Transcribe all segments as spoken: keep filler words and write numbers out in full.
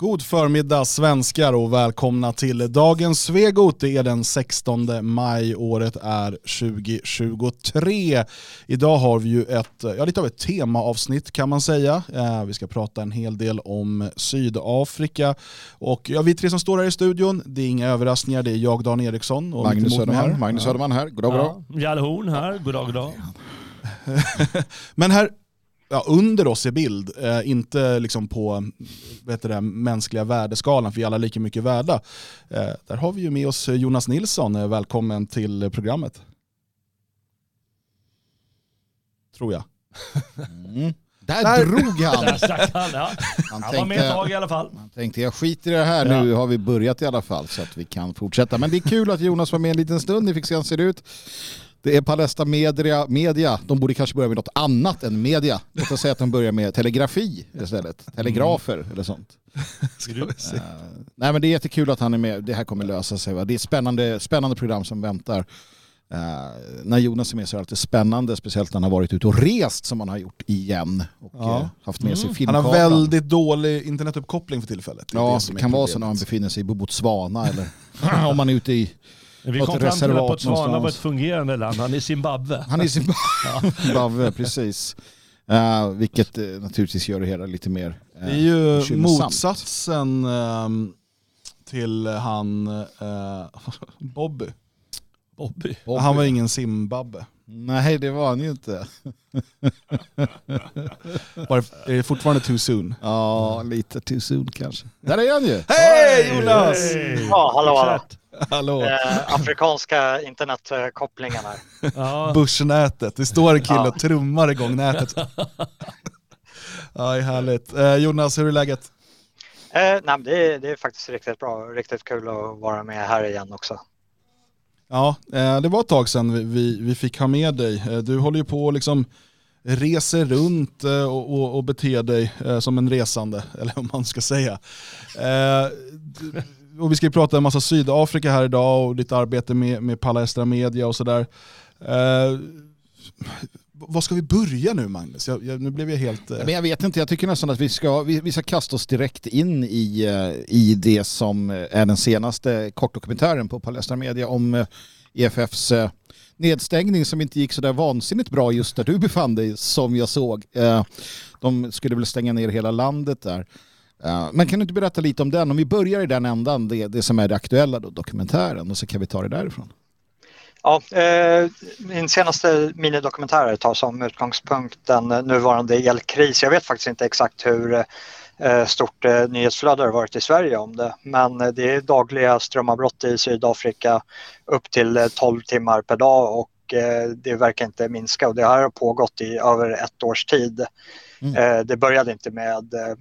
God förmiddag svenskar och välkomna till dagens Svegot. Det är den sextonde maj, året är tjugohundratjugotre. Idag har vi ju ett, ja, lite av ett temaavsnitt kan man säga. Eh, vi ska prata en hel del om Sydafrika. Och ja, vi tre som står här i studion, det är inga överraskningar. Det är jag, Dan Eriksson. Och Magnus Söderman här. Magnus Söderman här. God dag, ja. Jalle Horn här. God dag, god dag. Men här... Ja, under oss i bild, eh, inte liksom på vet det, mänskliga värdeskalan, för vi alla är lika mycket värda. Eh, där har vi ju med oss Jonas Nilsson. Välkommen till programmet. Tror jag. Mm. Där, Där drog han. Där stack han, ja. Han, han tänkte, var med ett tag i alla fall. Han tänkte, jag skiter i det här. Ja. Nu har vi börjat i alla fall så att vi kan fortsätta. Men det är kul att Jonas var med en liten stund. Ni fick se hur han ser ut. Det är Palestra media, media. De borde kanske börja med något annat än media. Låt oss säga att de börjar med telegrafi istället. Telegrafer mm. eller sånt. Ska vi se. Uh, nej, men det är jättekul att han är med. Det här kommer lösa sig. Va? Det är ett spännande, spännande program som väntar. Uh, när Jonas är med så är det alltid spännande. Speciellt när han har varit ute och rest som han har gjort igen. Och ja. uh, haft med sig mm. filmkameran. Han har väldigt dålig internetuppkoppling för tillfället. Det ja, det det kan vara så när han befinner sig i Botswana. Eller om man är ute i... Vi kom fram till att Botswana var ett fungerande land. Han är i Zimbabwe. Han är i Zimbabwe, Zimbabwe precis. Uh, vilket uh, naturligtvis gör det hela lite mer uh, det är ju motsatsen uh, till han uh, Bobby. Bobby. Bobby. Han var ingen Zimbabwe. Nej, det var han ju inte. Var det, är det fortfarande too soon? Ja, lite too soon kanske. Där är han ju. Hej Jonas! Hey. Ja, hallå, hallå. Hallå. Eh, afrikanska internetkopplingarna. Ja. Börsnätet. Det står en kille ja. och trummar igång nätet. Ja, härligt. Eh, Jonas, hur är läget? Eh, nej, det, är, det är faktiskt riktigt bra. Riktigt kul att vara med här igen också. Ja, eh, det var ett tag sedan vi, vi, vi fick ha med dig. Eh, du håller ju på och liksom reser runt eh, och, och, och beter dig eh, som en resande, eller om man ska säga. Eh, Och vi ska ju prata en massa Sydafrika här idag och ditt arbete med, med Palestra media och sådär. Eh, vad ska vi börja nu, Magnus? Jag, jag, nu blev jag helt... Eh... Men jag vet inte, jag tycker nästan att vi ska, vi, vi ska kasta oss direkt in i, i det som är den senaste kortdokumentären på Palestra media om E F F:s nedstängning som inte gick så där vansinnigt bra just där du befann dig, som jag såg. Eh, de skulle väl stänga ner hela landet där. Uh, men kan du inte berätta lite om den? Om vi börjar i den ändan, det, det som är det aktuella då, dokumentären, och så kan vi ta det därifrån. Ja, eh, min senaste minidokumentär tar som utgångspunkt den nuvarande elkris. Jag vet faktiskt inte exakt hur eh, stort eh, nyhetsflöde har varit i Sverige om det, men det är dagliga strömavbrott i Sydafrika upp till eh, tolv timmar per dag, och eh, det verkar inte minska, och det här har pågått i över ett års tid. Mm. Eh, det började inte med eh,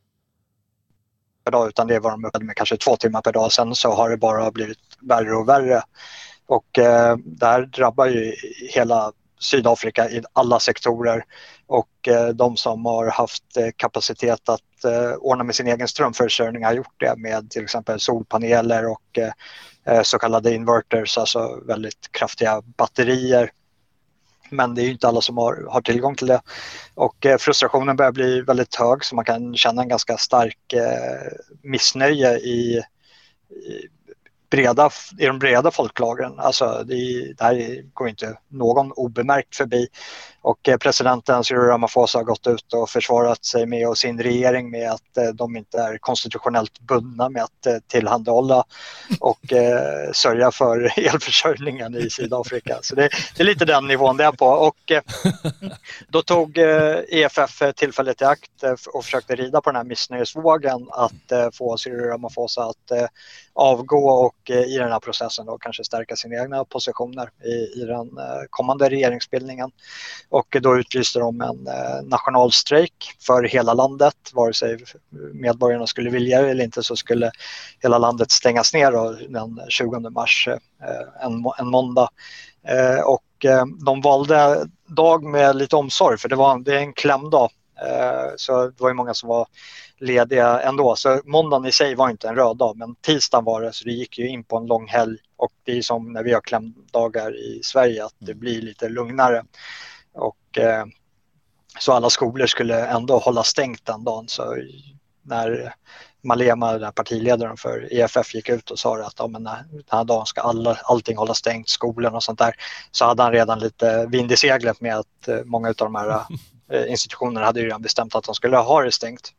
per dag, utan det var de uppe med kanske två timmar per dag. Sen så har det bara blivit värre och värre. Och eh, det här drabbar ju hela Sydafrika i alla sektorer. Och eh, de som har haft eh, kapacitet att eh, ordna med sin egen strömförsörjning har gjort det med till exempel solpaneler och eh, så kallade inverters, alltså väldigt kraftiga batterier. Men det är ju inte alla som har, har tillgång till det. Och eh, frustrationen börjar bli väldigt hög, så man kan känna en ganska stark eh, missnöje i, i, breda, i de breda folklagren. Alltså det, det här går inte någon obemärkt förbi. Och eh, presidenten Cyril Ramaphosa har gått ut och försvarat sig med, och sin regering med, att eh, de inte är konstitutionellt bundna med att eh, tillhandahålla och eh, sörja för elförsörjningen i Sydafrika. Så det, det är lite den nivån det är på. Och eh, då tog eh, E F F tillfället i akt eh, och försökte rida på den här missnöjesvågen att eh, få Cyril Ramaphosa att eh, avgå och eh, i den här processen då kanske stärka sina egna positioner i, i den eh, kommande regeringsbildningen. Och då utlyste de en eh, nationalstrejk för hela landet. Vare sig medborgarna skulle vilja eller inte, så skulle hela landet stängas ner då, den tjugonde mars, eh, en, en måndag. Eh, och eh, de valde dag med lite omsorg, för det, var, det är en klämdag. Eh, så det var ju många som var lediga ändå. Så måndagen i sig var inte en röd dag, men tisdagen var det, så det gick ju in på en lång helg. Och det är som när vi har klämdagar i Sverige, att det blir lite lugnare. Och eh, så alla skolor skulle ändå hålla stängt den dagen. Så när Malema, den här partiledaren för E F F, gick ut och sa att ja, men den här dagen ska alla, allting hålla stängt, skolan och sånt där, så hade han redan lite vind i seglet med att många av de här institutionerna hade ju redan bestämt att de skulle ha det stängt.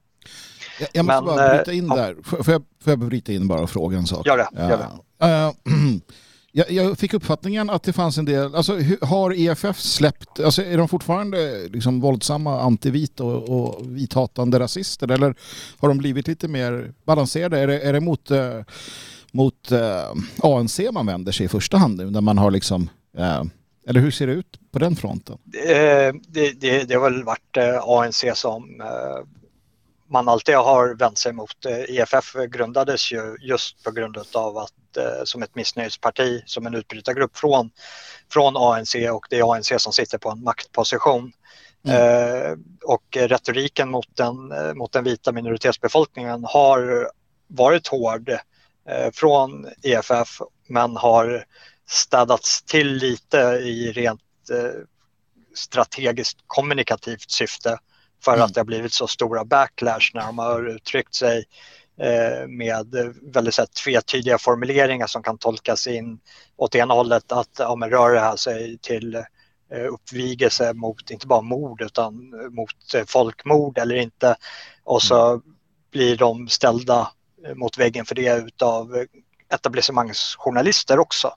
Jag, jag måste men, bara bryta in äh, där. Får, får, jag, får jag bryta in bara och fråga en sak? Gör det. Gör det. Uh, uh, jag, jag fick uppfattningen att det fanns en del, alltså hur, har E F F släppt, alltså är de fortfarande liksom våldsamma antivit och, och vithatande rasister, eller har de blivit lite mer balanserade? Är det, är det mot, uh, mot uh, A N C man vänder sig i första hand nu, när man har liksom, uh, eller hur ser det ut på den fronten? Det, det, det har väl varit A N C som uh, man alltid har vänt sig mot. E F F grundades ju just på grund av att som ett missnöjesparti, som en utbrytargrupp från, från A N C, och det är A N C som sitter på en maktposition. Mm. Eh, och retoriken mot den, mot den vita minoritetsbefolkningen har varit hård eh, från E F F, men har städats till lite i rent eh, strategiskt kommunikativt syfte, för mm. att det har blivit så stora backlash när de har uttryckt sig eh, med väldigt så här, tvetydiga formuleringar som kan tolkas in åt ena hållet att ja, men rör det här sig till eh, uppvigelse mot inte bara mord utan mot eh, folkmord eller inte, och så mm. blir de ställda eh, mot väggen för det utav etablissemangsjournalister också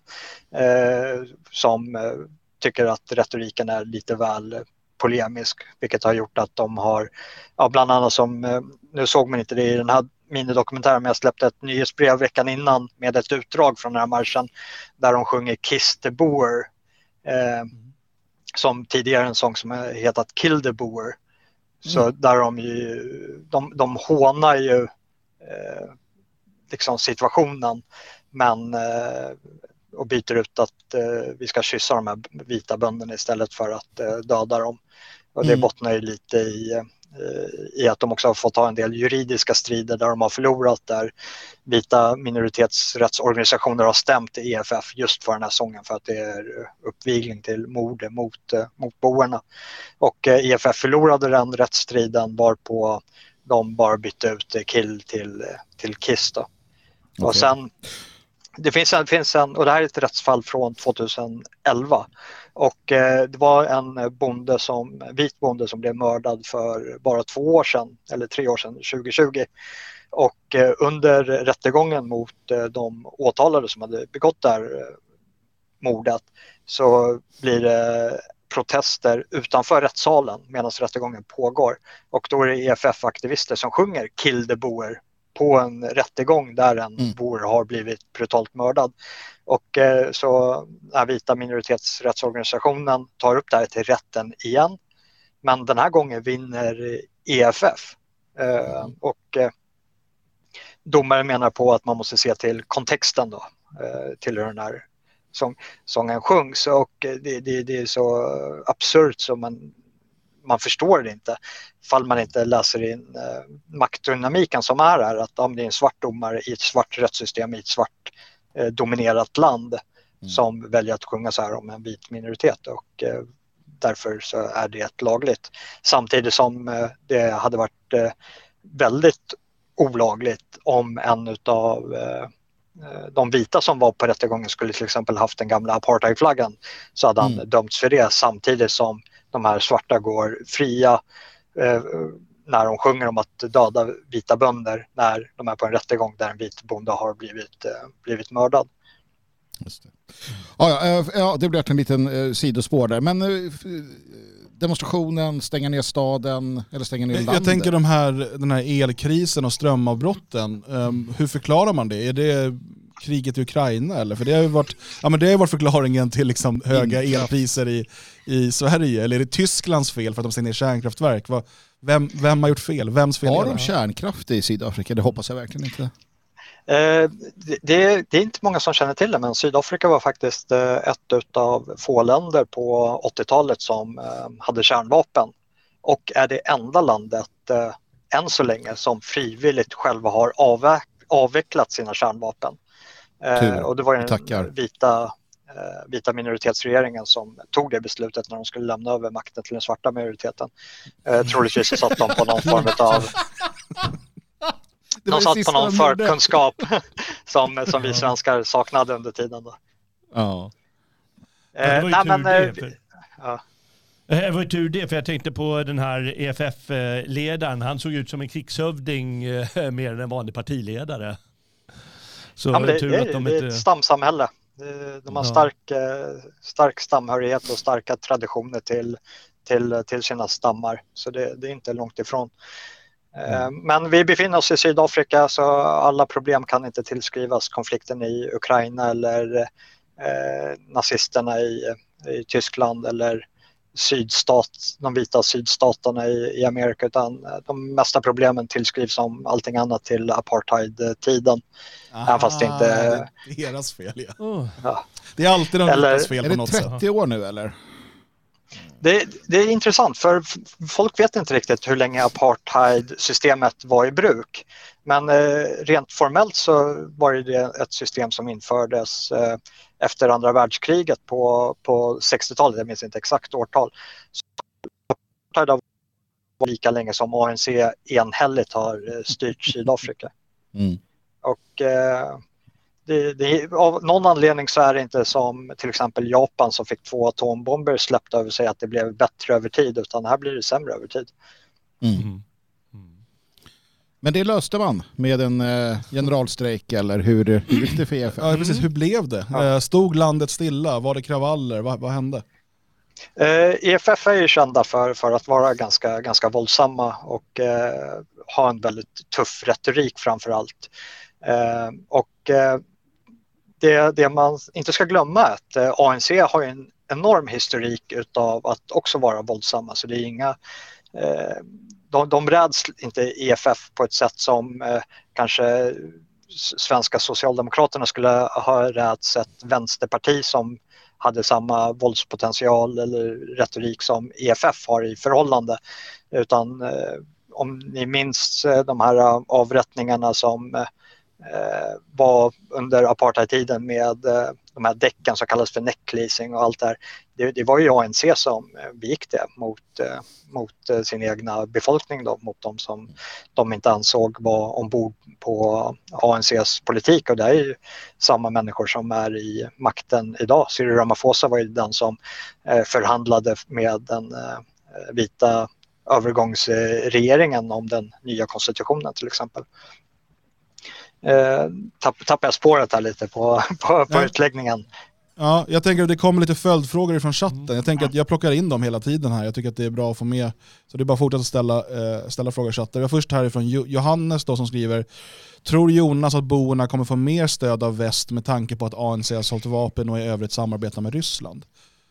eh, som eh, tycker att retoriken är lite väl polemisk, vilket har gjort att de har, ja, bland annat som, nu såg man inte det i den här minidokumentären, men jag släppte ett nyhetsbrev veckan innan med ett utdrag från den här marschen där de sjunger Kiss the Boer, eh, som tidigare en sång som hetat Kill the Boer. Så mm. där de ju, de, de hånar ju eh, liksom situationen, men eh, och byter ut att eh, vi ska kyssa de här vita bönderna istället för att eh, döda dem. Och det mm. bottnar ju lite i, eh, i att de också har fått ha en del juridiska strider där de har förlorat, där vita minoritetsrättsorganisationer har stämt E F F just för den här sången, för att det är uppvigling till mord mot, eh, mot boerna. Och eh, E F F förlorade den rättsstriden, varpå de bara bytte ut Kill till, till Kiss då. Okay. Och sen Det finns, en, finns en, och det här är ett rättsfall från tjugoelva, och eh, det var en bonde som, vit bonde som blev mördad för bara två år sedan, eller tre år sedan, tjugo-tjugo. Och eh, under rättegången mot eh, de åtalade som hade begått det här eh, mordet, så blir det protester utanför rättssalen medan rättegången pågår. Och då är det E F F-aktivister som sjunger Kill the Boer på en rättegång där en mm. boer har blivit brutalt mördad. Och eh, så den vita minoritetsrättsorganisationen tar upp det här till rätten igen. Men den här gången vinner E F F. Eh, mm. Och eh, domaren menar på att man måste se till kontexten då, eh, till hur den här sång, sången sjungs. Och det, det, det är så absurt så man man förstår det inte, fall man inte läser in eh, maktdynamiken som är här, att om det är en svart domare i ett svart rättssystem i ett svart eh, dominerat land mm. som väljer att sjunga så här om en vit minoritet, och eh, därför så är det lagligt. Samtidigt som eh, det hade varit eh, väldigt olagligt om en utav eh, de vita som var på rättegången skulle till exempel haft den gamla apartheidflaggan, så hade han mm. dömts för det, samtidigt som de här svarta går fria eh, när de sjunger om att döda vita bönder när de är på en rättegång där en vit bonde har blivit, eh, blivit mördad. Just det. Ja, ja, ja, det blir en liten eh, sidospår där. Men eh, demonstrationen, stänga ner staden eller stänga ner landet? Jag tänker de här, den här elkrisen och strömavbrotten. Um, hur förklarar man det? Är det kriget i Ukraina eller? För det har ju varit, ja, men det har ju varit förklaringen till liksom höga elpriser i, i Sverige. Eller är det Tysklands fel för att de stänger ner kärnkraftverk? Vem, vem har gjort fel? Vems fel har är det? De kärnkraft i Sydafrika? Det hoppas jag verkligen inte. Eh, det, det, det är inte många som känner till det, men Sydafrika var faktiskt eh, ett av få länder på åttiotalet som eh, hade kärnvapen, och är det enda landet eh, än så länge som frivilligt själva har avveck, avvecklat sina kärnvapen. Eh, och det var ju den vita, eh, vita minoritetsregeringen som tog det beslutet när de skulle lämna över makten till den svarta majoriteten. Eh, troligtvis så satt de på någon form av De satt på någon förkunskap som, som vi svenskar saknade under tiden då. Ja. Eh, ja, det var ju nej, tur men, det. För... Ja. Det var ju tur det, för jag tänkte på den här E F F-ledaren. Han såg ut som en krigshövding mer än en vanlig partiledare. Så ja, det, tur det, att de det inte... är ett stamsamhälle. De har ja. stark, stark stamhörighet och starka traditioner till, till, till sina stammar. Så det, det är inte långt ifrån. Mm. Men vi befinner oss i Sydafrika, så alla problem kan inte tillskrivas konflikten i Ukraina eller eh, nazisterna i, i Tyskland eller sydstat, de vita sydstaterna i, i Amerika, utan de mesta problemen tillskrivs som allting annat till apartheid-tiden. Aha, fast det inte det är deras fel. Ja. Oh. Ja. Det är alltid de vitas fel på något sätt. Är det trettio år nu eller? Det, det är intressant, för folk vet inte riktigt hur länge apartheid-systemet var i bruk. Men eh, rent formellt så var det ett system som infördes eh, efter andra världskriget på, på sextiotalet, jag minns inte exakt årtal. Så apartheid var lika länge som A N C enhälligt har eh, styrt Sydafrika. Mm. Och eh, det, det, av någon anledning så är det inte som till exempel Japan som fick två atombomber släppta över sig att det blev bättre över tid, utan här blir det sämre över tid. Mm. Mm. Men det löste man med en eh, generalstrejk, eller hur, hur gick det för E F F? Ja, precis. Hur blev det? Ja. Stod landet stilla? Var det kravaller? Vad, vad hände? Eh, E F F är ju kända för, för att vara ganska, ganska våldsamma och eh, ha en väldigt tuff retorik framför allt. Eh, och eh, det, det man inte ska glömma är att eh, A N C har en enorm historik utav att också vara våldsamma, så det är inga eh, de, de räds inte E F F på ett sätt som eh, kanske svenska socialdemokraterna skulle ha räds ett vänsterparti som hade samma våldspotential eller retorik som E F F har i förhållande, utan eh, om ni minns eh, de här avrättningarna som eh, var under apartheidtiden med eh, de här däcken som kallas för neckleasing och allt det här. Det, det var ju A N C som begick det mot, eh, mot eh, sin egna befolkning då, mot de som de inte ansåg var ombord på A N C:s politik, och det är ju samma människor som är i makten idag. Cyril Ramaphosa var ju den som eh, förhandlade med den eh, vita övergångsregeringen om den nya konstitutionen till exempel. Eh, tapp, tappar jag spåret här lite på, på, på utläggningen. Ja, jag tänker att det kommer lite följdfrågor från chatten. Jag tänker att jag plockar in dem hela tiden här. Jag tycker att det är bra att få med. Så det är bara att fortsätta ställa, eh, ställa frågor i chatten. Vi har först härifrån Johannes då, som skriver: tror Jonas att boerna kommer få mer stöd av väst med tanke på att A N C har sålt vapen och i övrigt samarbetar med Ryssland?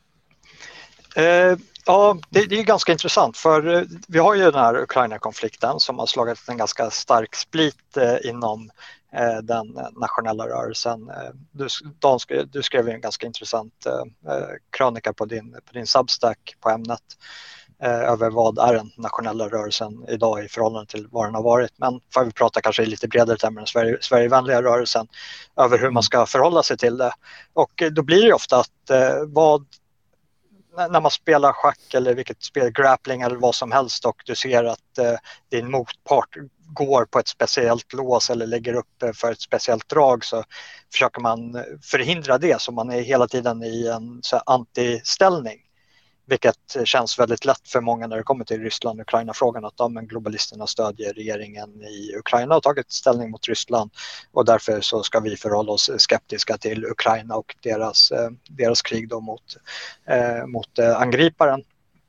Eh, ja, det, det är ganska intressant, för vi har ju den här Ukraina-konflikten som har slagit en ganska stark split eh, inom den nationella rörelsen. Du, Dan, du skrev en ganska intressant eh, krönika på din, på din Substack på ämnet eh, över vad är den nationella rörelsen idag i förhållande till vad den har varit. Men får vi prata kanske i lite bredare termer än Sverige, Sverigevänliga rörelsen över hur man ska förhålla sig till det. Och då blir det ofta att eh, vad när man spelar schack eller vilket spel, grappling eller vad som helst, och du ser att eh, din motpart går på ett speciellt lås eller lägger upp för ett speciellt drag, så försöker man förhindra det, så man är hela tiden i en så här antiställning, vilket känns väldigt lätt för många när det kommer till Ryssland och Ukraina-frågan, att de globalisterna stödjer regeringen i Ukraina och tagit ställning mot Ryssland, och därför så ska vi förhålla oss skeptiska till Ukraina och deras, deras krig då mot, eh, mot angriparen.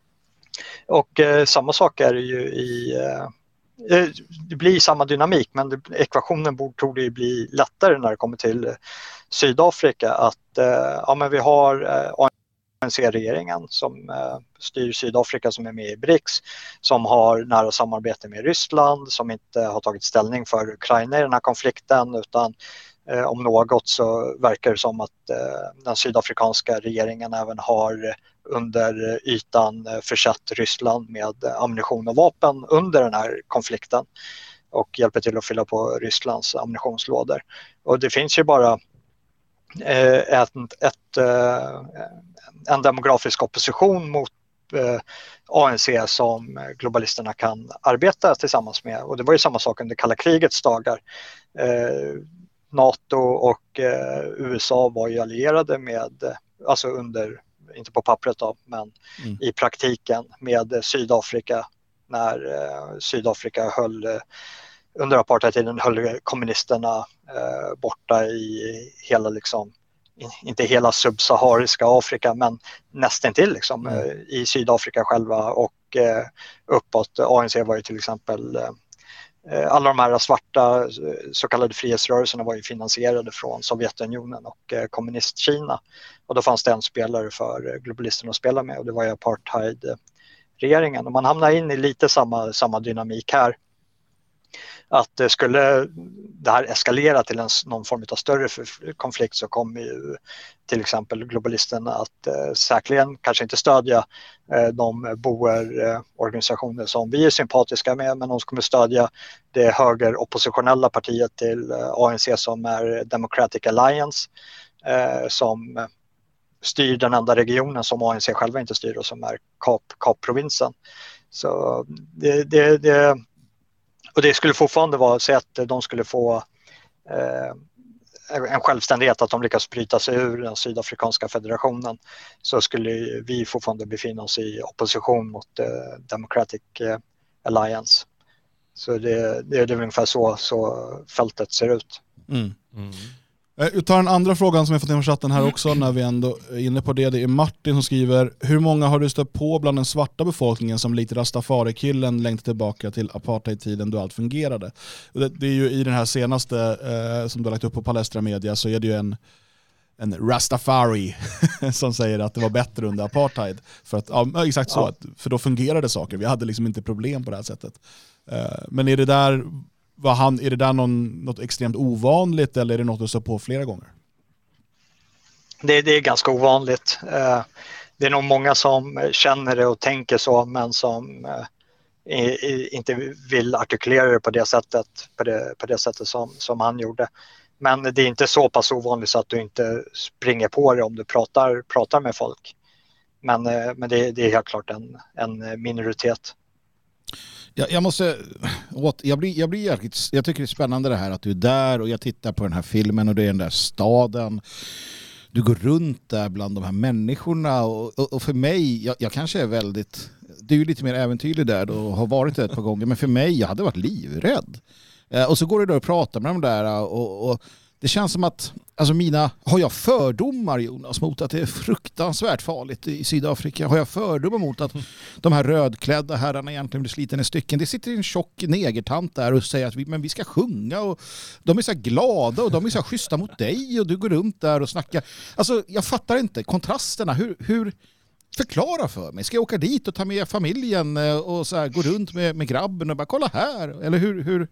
Och eh, samma sak är det ju i det blir samma dynamik, men ekvationen borde tror det bli lättare när det kommer till Sydafrika, att eh, ja, men vi har eh, A N C-regeringen som eh, styr Sydafrika, som är med i BRICS, som har nära samarbete med Ryssland, som inte har tagit ställning för Ukraina i den här konflikten, utan eh, om något så verkar det som att eh, den sydafrikanska regeringen även har under ytan försett Ryssland med ammunition och vapen under den här konflikten och hjälper till att fylla på Rysslands ammunitionslådor. Och det finns ju bara eh, ett, ett, eh, en demografisk opposition mot eh, A N C som globalisterna kan arbeta tillsammans med. Och det var ju samma sak under kalla krigets dagar. Eh, NATO och eh, U S A var ju allierade med, alltså under, inte på pappret då, men mm. i praktiken med Sydafrika när eh, Sydafrika höll, eh, under apartheidtiden höll kommunisterna eh, borta i hela liksom, inte hela subsahariska Afrika men nästintill liksom, mm. eh, i Sydafrika själva och eh, uppåt. A N C var ju till exempel eh, alla de här svarta så kallade frihetsrörelserna var ju finansierade från Sovjetunionen och eh, kommunistkina. Och då fanns det en spelare för globalisterna att spela med och det var ju apartheidregeringen. Och man hamnar in i lite samma, samma dynamik här. Att skulle det här eskalera till en, någon form av större konflikt så kommer ju till exempel globalisterna att eh, säkerligen kanske inte stödja eh, de boerorganisationer eh, som vi är sympatiska med, men de kommer stödja det högeroppositionella partiet till eh, A N C som är Democratic Alliance eh, som styr den enda regionen som A N C själva inte styr och som är Kap, Kapprovinsen. Så det, det, det Och det skulle fortfarande vara så att de skulle få eh, en självständighet, att de lyckas bryta sig ur den sydafrikanska federationen, så skulle vi fortfarande befinna oss i opposition mot eh, Democratic eh, Alliance. Så det, det, det är ungefär så, så fältet ser ut. Mm. Mm. Vi tar den andra frågan som jag fått in från chatten här också när vi ändå är inne på det. Det är Martin som skriver: hur många har du stött på bland den svarta befolkningen som likt Rastafari-killen längtar tillbaka till apartheid-tiden då allt fungerade? Det, det är ju i den här senaste eh, som du har lagt upp på Palestra Media, så är det ju en, en Rastafari som säger att det var bättre under apartheid. För att, ja, exakt så, ja. att, för då fungerade saker. Vi hade liksom inte problem på det här sättet. Eh, men är det där... Var han, är det där någon, något extremt ovanligt eller är det något du står på flera gånger? Det, det är ganska ovanligt. Det är nog många som känner det och tänker så, men som inte vill artikulera det på det sättet, på det, på det sättet som, som han gjorde. Men det är inte så pass ovanligt så att du inte springer på det om du pratar, pratar med folk. Men, men det, det är helt klart en, en minoritet. Jag, jag måste jag blir jag blir jäkligt, jag tycker det är spännande det här att du är där och jag tittar på den här filmen och det är den där staden. Du går runt där bland de här människorna och, och, och för mig, jag, jag kanske är väldigt, det är ju lite mer äventyrlig där då, och har varit det ett par gånger, men för mig, jag hade varit livrädd. Eh, och så går det då och pratar med dem där och, och det känns som att, alltså mina, har jag fördomar Jonas mot att det är fruktansvärt farligt i Sydafrika? Har jag fördomar mot att de här rödklädda herrarna egentligen blir sliten i stycken? Det sitter en tjock negertant där och säger att vi, men vi ska sjunga och de är så glada och de är så schyssta mot dig och du går runt där och snackar. Alltså jag fattar inte kontrasterna. Hur, hur förklara för mig? Ska jag åka dit och ta med familjen och så här, gå runt med, med grabben och bara kolla här? Eller hur... hur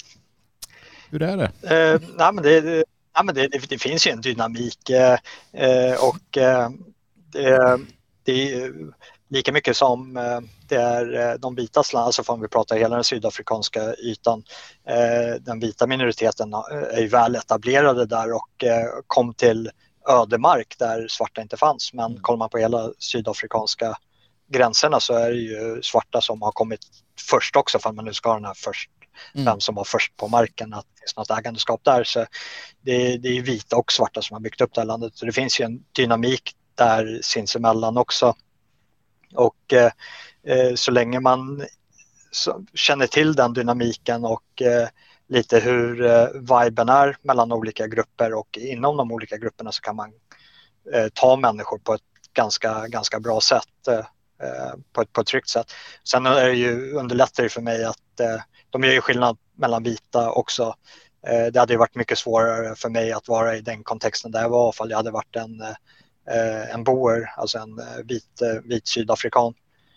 Hur är det? Uh, nej, men det, det, nej, men det, det, det finns ju en dynamik uh, och uh, det, det är lika mycket som uh, det är de vitas land, alltså om vi pratar hela den sydafrikanska ytan, uh, den vita minoriteten är ju väl etablerade där och uh, kom till ödemark där svarta inte fanns, men mm. kollar man på hela sydafrikanska gränserna så är det ju svarta som har kommit först också, för man nu ska ha den här först. Mm. Vem som var först på marken, att det finns något ägandeskap där. Så det, det är vita och svarta som har byggt upp det här landet. Så det finns ju en dynamik där sinsemellan också. Och eh, så länge man så, känner till den dynamiken och eh, lite hur eh, viben är mellan olika grupper och inom de olika grupperna, så kan man eh, ta människor på ett ganska, ganska bra sätt. Eh, på, ett, på ett tryggt sätt. Sen är det ju, underlättar det för mig att eh, de gör ju skillnad mellan vita också. Eh, det hade ju varit mycket svårare för mig att vara i den kontexten där jag var, ifall jag hade varit en, eh, en boer, alltså en vit, vit sydafrikan.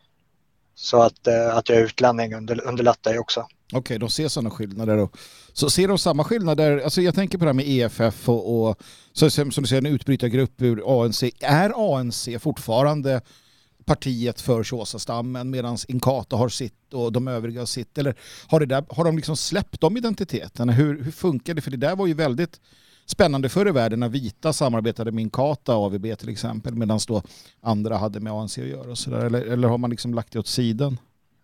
Så att, eh, att jag är utlänning under, underlättar ju också. Okej, okay, de ser sådana skillnader då. Så ser de samma skillnader? Alltså jag tänker på det här med E F F och, och så, som du säger, en utbrytargrupp ur A N C. Är A N C fortfarande partiet för Xhosa-stammen medan Inkatha har sitt och de övriga har sitt? Eller har, det där, har de liksom släppt de identiteterna? Hur, hur funkar det? För det där var ju väldigt spännande förr i världen när vita samarbetade med Inkatha A V B till exempel, medan då andra hade med A N C att göra och så där. Eller, eller har man liksom lagt det åt sidan?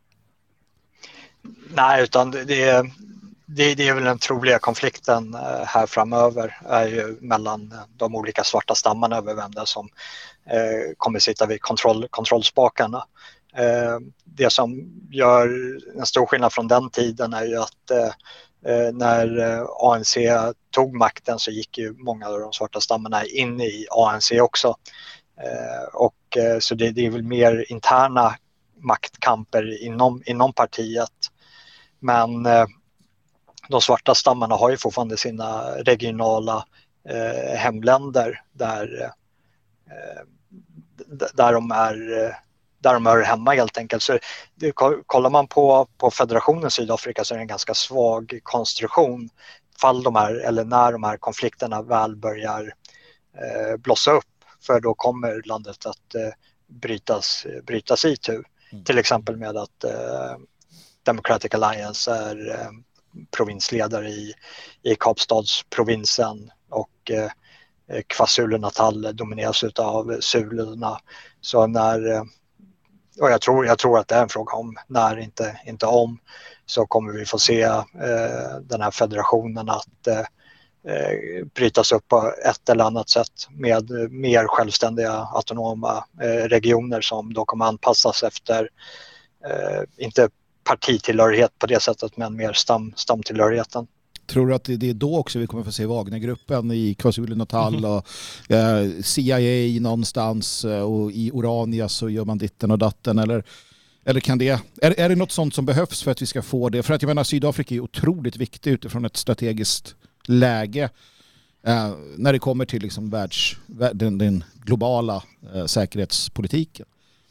Nej, utan det, det, det är väl den troliga konflikten här framöver är ju mellan de olika svarta stammarna över vem det som eh, kommer sitta vid kontroll, kontrollspakarna. Eh, det som gör en stor skillnad från den tiden är ju att eh, när A N C tog makten så gick ju många av de svarta stammarna in i A N C också. Eh, och, eh, så det, det är väl mer interna maktkamper inom, inom partiet. Men eh, de svarta stammarna har ju fortfarande sina regionala eh, hemländer där, eh, där, de är, där de hör hemma helt enkelt. Så det, kollar man på, på federationen Sydafrika så är det en ganska svag konstruktion fall de här, eller när de här konflikterna väl börjar eh, blossa upp, för då kommer landet att eh, brytas, brytas i tur. Mm. Till exempel med att eh, Democratic Alliance är eh, provinsledare i, i Kapstadsprovinsen och eh, KwaZulu-Natal domineras av Zulurna. Så när, eh, och jag tror, jag tror att det är en fråga om när, inte, inte om, så kommer vi få se eh, den här federationen att eh, eh, brytas upp på ett eller annat sätt med mer självständiga autonoma eh, regioner som då kommer anpassas efter eh, inte partitillhörighet på det sättet, men mer stam, stamtillhörigheten. Tror du att det är då också vi kommer få se Wagnergruppen i KwaZulu-Natal och eh, C I A någonstans och i Orania så gör man ditten och datten, eller, eller kan det, är, är det något sånt som behövs för att vi ska få det? För att jag menar, Sydafrika är otroligt viktigt utifrån ett strategiskt läge eh, när det kommer till liksom världs, den, den globala eh, säkerhetspolitiken.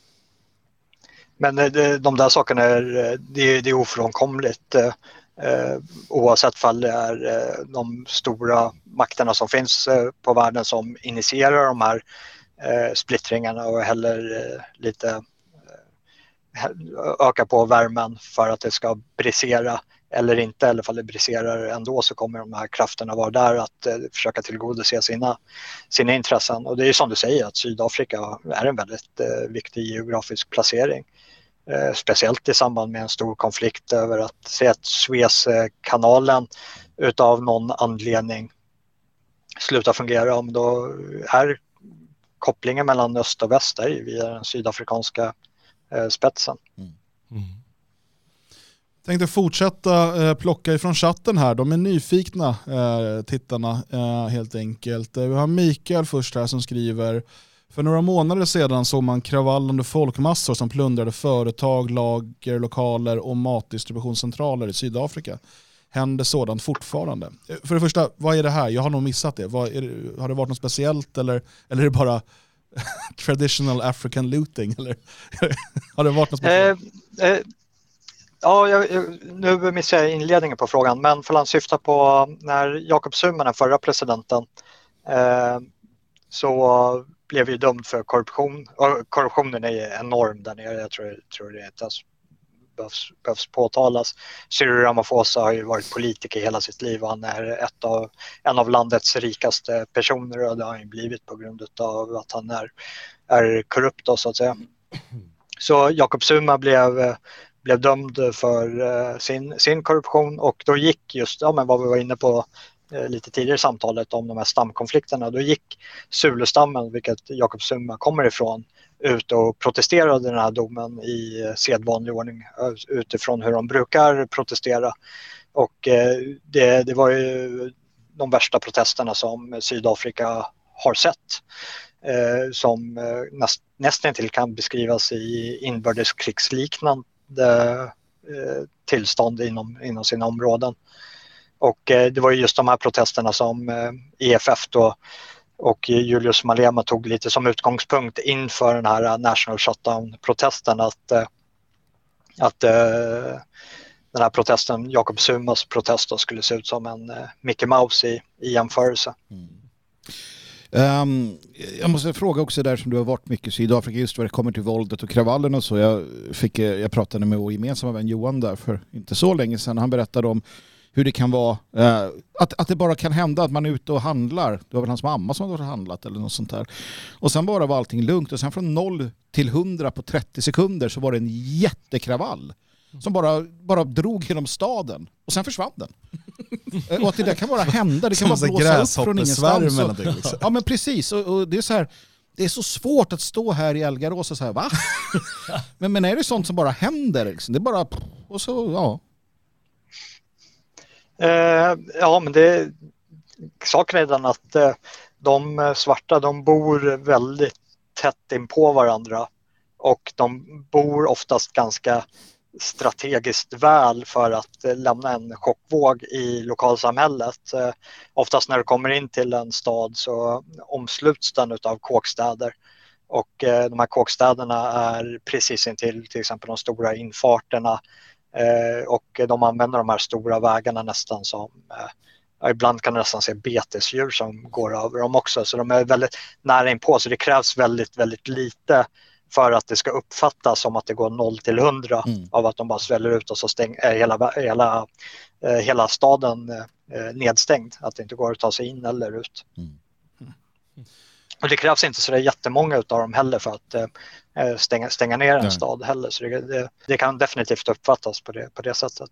Men det, de där sakerna är, det, det är ofrånkomligt eh, oavsett fall det är eh, de stora makterna som finns eh, på världen som initierar de här eh, splittringarna och heller eh, lite eh, öka på värmen för att det ska brisera eller inte, eller fall det briserar ändå så kommer de här krafterna vara där att eh, försöka tillgodose sina, sina intressen. Och det är ju som du säger att Sydafrika är en väldigt eh, viktig geografisk placering. Eh, speciellt i samband med en stor konflikt över att se att Suezkanalen utav någon anledning slutar fungera, om då är kopplingen mellan öst och väst är via den sydafrikanska eh, spetsen. Mm. Mm. Tänkte fortsätta eh, plocka ifrån chatten här. De är nyfikna, eh, tittarna, eh, helt enkelt. Vi har Mikael först här som skriver: för några månader sedan såg man kravallande folkmassor som plundrade företag, lager, lokaler och matdistributionscentraler i Sydafrika. Händer sådant fortfarande? För det första, vad är det här? Jag har nog missat det. Vad är det, har det varit något speciellt eller, eller är det bara traditional African looting? Eller har det varit något speciellt? Eh, eh. Ja, jag, jag, nu missar jag inledningen på frågan, men för att syfta på när Jacob Zuma, den förra presidenten, eh, så blev ju dömd för korruption. Och korruptionen är enorm där nere, jag tror, tror det inte ens behövs, behövs påtalas. Cyril Ramaphosa har ju varit politiker hela sitt liv och han är ett av, en av landets rikaste personer, och det har han ju blivit på grund av att han är, är korrupt då, så att säga. Så Jacob Zuma blev blev dömd för uh, sin, sin korruption, och då gick just, ja, men vad vi var inne på uh, lite tidigare i samtalet om de här stamkonflikterna, då gick Zulu-stammen, vilket Jacob Zuma kommer ifrån, ut och protesterade den här domen i uh, sedvanlig ordning uh, utifrån hur de brukar protestera, och uh, det, det var ju de värsta protesterna som Sydafrika har sett, uh, som uh, näst, nästan till kan beskrivas i inbördeskrigsliknande tillstånd inom, inom sina områden. Och eh, det var ju just de här protesterna som eh, E F F då och Julius Malema tog lite som utgångspunkt inför den här National Shutdown-protesten, att, eh, att eh, den här protesten, Jacob Zumas protest då, skulle se ut som en eh, Mickey Mouse i, i jämförelse. Mm. Um, jag måste fråga också där, som du har varit mycket i Sydafrika, just vad det kommer till våldet och kravallen och så. Jag, fick, jag pratade med vår gemensamma vän Johan där för inte så länge sedan. Han berättade om hur det kan vara, eh, att, att det bara kan hända att man är ute och handlar. Det var väl hans mamma som har handlat eller något sånt där. Och sen bara var allting lugnt och sen från noll till hundra på trettio sekunder så var det en jättekravall som bara, bara drog genom staden och sen försvann den. Och att det där kan bara hända, det kan bara blåsa upp från ingenstans. Och, liksom. Ja men precis, och, och det är så här, det är så svårt att stå här i Elgarås och så här, va? men, men är det sånt som bara händer? Liksom? Det är bara, och så, ja. Uh, ja, men det saken är den att uh, de svarta, de bor väldigt tätt in på varandra och de bor oftast ganska strategiskt väl för att uh, lämna en chockvåg i lokalsamhället. Uh, oftast när du kommer in till en stad så omsluts den av kåkstäder och uh, de här kåkstäderna är precis intill till exempel de stora infarterna. Eh, och de använder de här stora vägarna nästan som, eh, ibland kan du nästan se betesdjur som går över dem också, så de är väldigt nära inpå, så det krävs väldigt, väldigt lite för att det ska uppfattas som att det går noll till hundra mm. av att de bara sväller ut och så stäng, eh, hela, hela, eh, hela staden eh, nedstängd, att det inte går att ta sig in eller ut. Mm. Mm. Och det krävs inte så det är jättemånga av dem heller för att eh, stänga, stänga ner en Nej. stad heller. Så det, det, det kan definitivt uppfattas på det, på det sättet.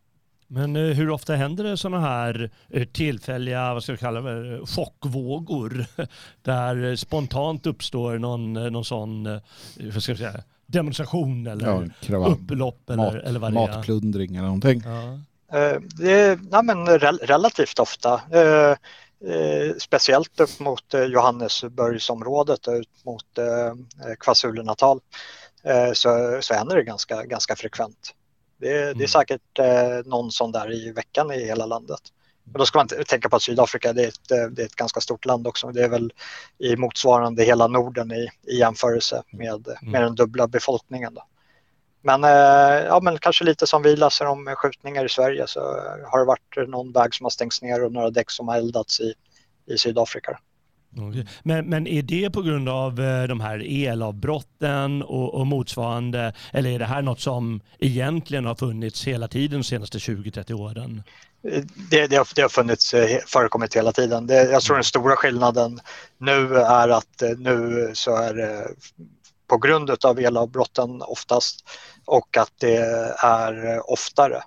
Men eh, hur ofta händer det sådana här eh, tillfälliga, vad ska jag kalla det, chockvågor där eh, spontant uppstår någon, eh, någon sån eh, vad ska jag säga, demonstration eller ja, upplopp eller, Mat, eller vad det är? Matplundring eller någonting? Ja. Eh, det, nej, men re, relativt ofta. Eh, Eh, speciellt upp mot eh, Johannesburgsområdet och ut mot eh, KwaZulu-Natal eh, så, så händer det ganska, ganska frekvent. Det, mm. det är säkert eh, någon sån där i veckan i hela landet. Men då ska man inte tänka på att Sydafrika det är, ett, det är ett ganska stort land också. Det är väl i motsvarande hela Norden i, i jämförelse med, mm. med den dubbla befolkningen. Då. Men, eh, ja, men kanske lite som vi läser om skjutningar i Sverige så har det varit någon väg som har stängts ner och några däck som har eldats i, i Sydafrika. Okay. Men, men är det på grund av de här elavbrotten och, och motsvarande, eller är det här något som egentligen har funnits hela tiden de senaste tjugo till trettio åren? Det, det, har, det har funnits, förekommit hela tiden. Det, jag tror den stora skillnaden nu är att nu så är det på grund av elavbrotten oftast och att det är oftare.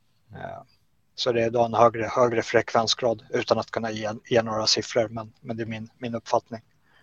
Så det är då en högre, högre frekvensgrad utan att kunna ge, ge några siffror, men, men det är min, min uppfattning.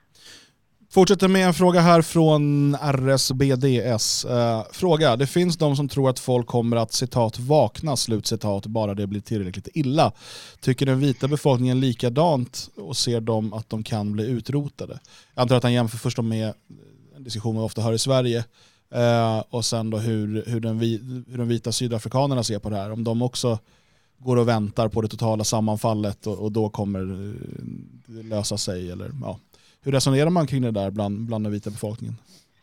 Fortsätter med en fråga här från R S B D S. Uh, fråga, det finns de som tror att folk kommer att citat vakna, slutcitat, bara det blir tillräckligt illa. Tycker den vita befolkningen likadant och ser de att de kan bli utrotade? Jag antar att han jämför först med en diskussion vi ofta hör i Sverige uh, och sen då hur, hur, den vi, hur de vita sydafrikanerna ser på det här. Om de också går och väntar på det totala sammanfallet och, och då kommer det lösa sig. Eller, ja. Hur resonerar man kring det där bland, bland den vita befolkningen?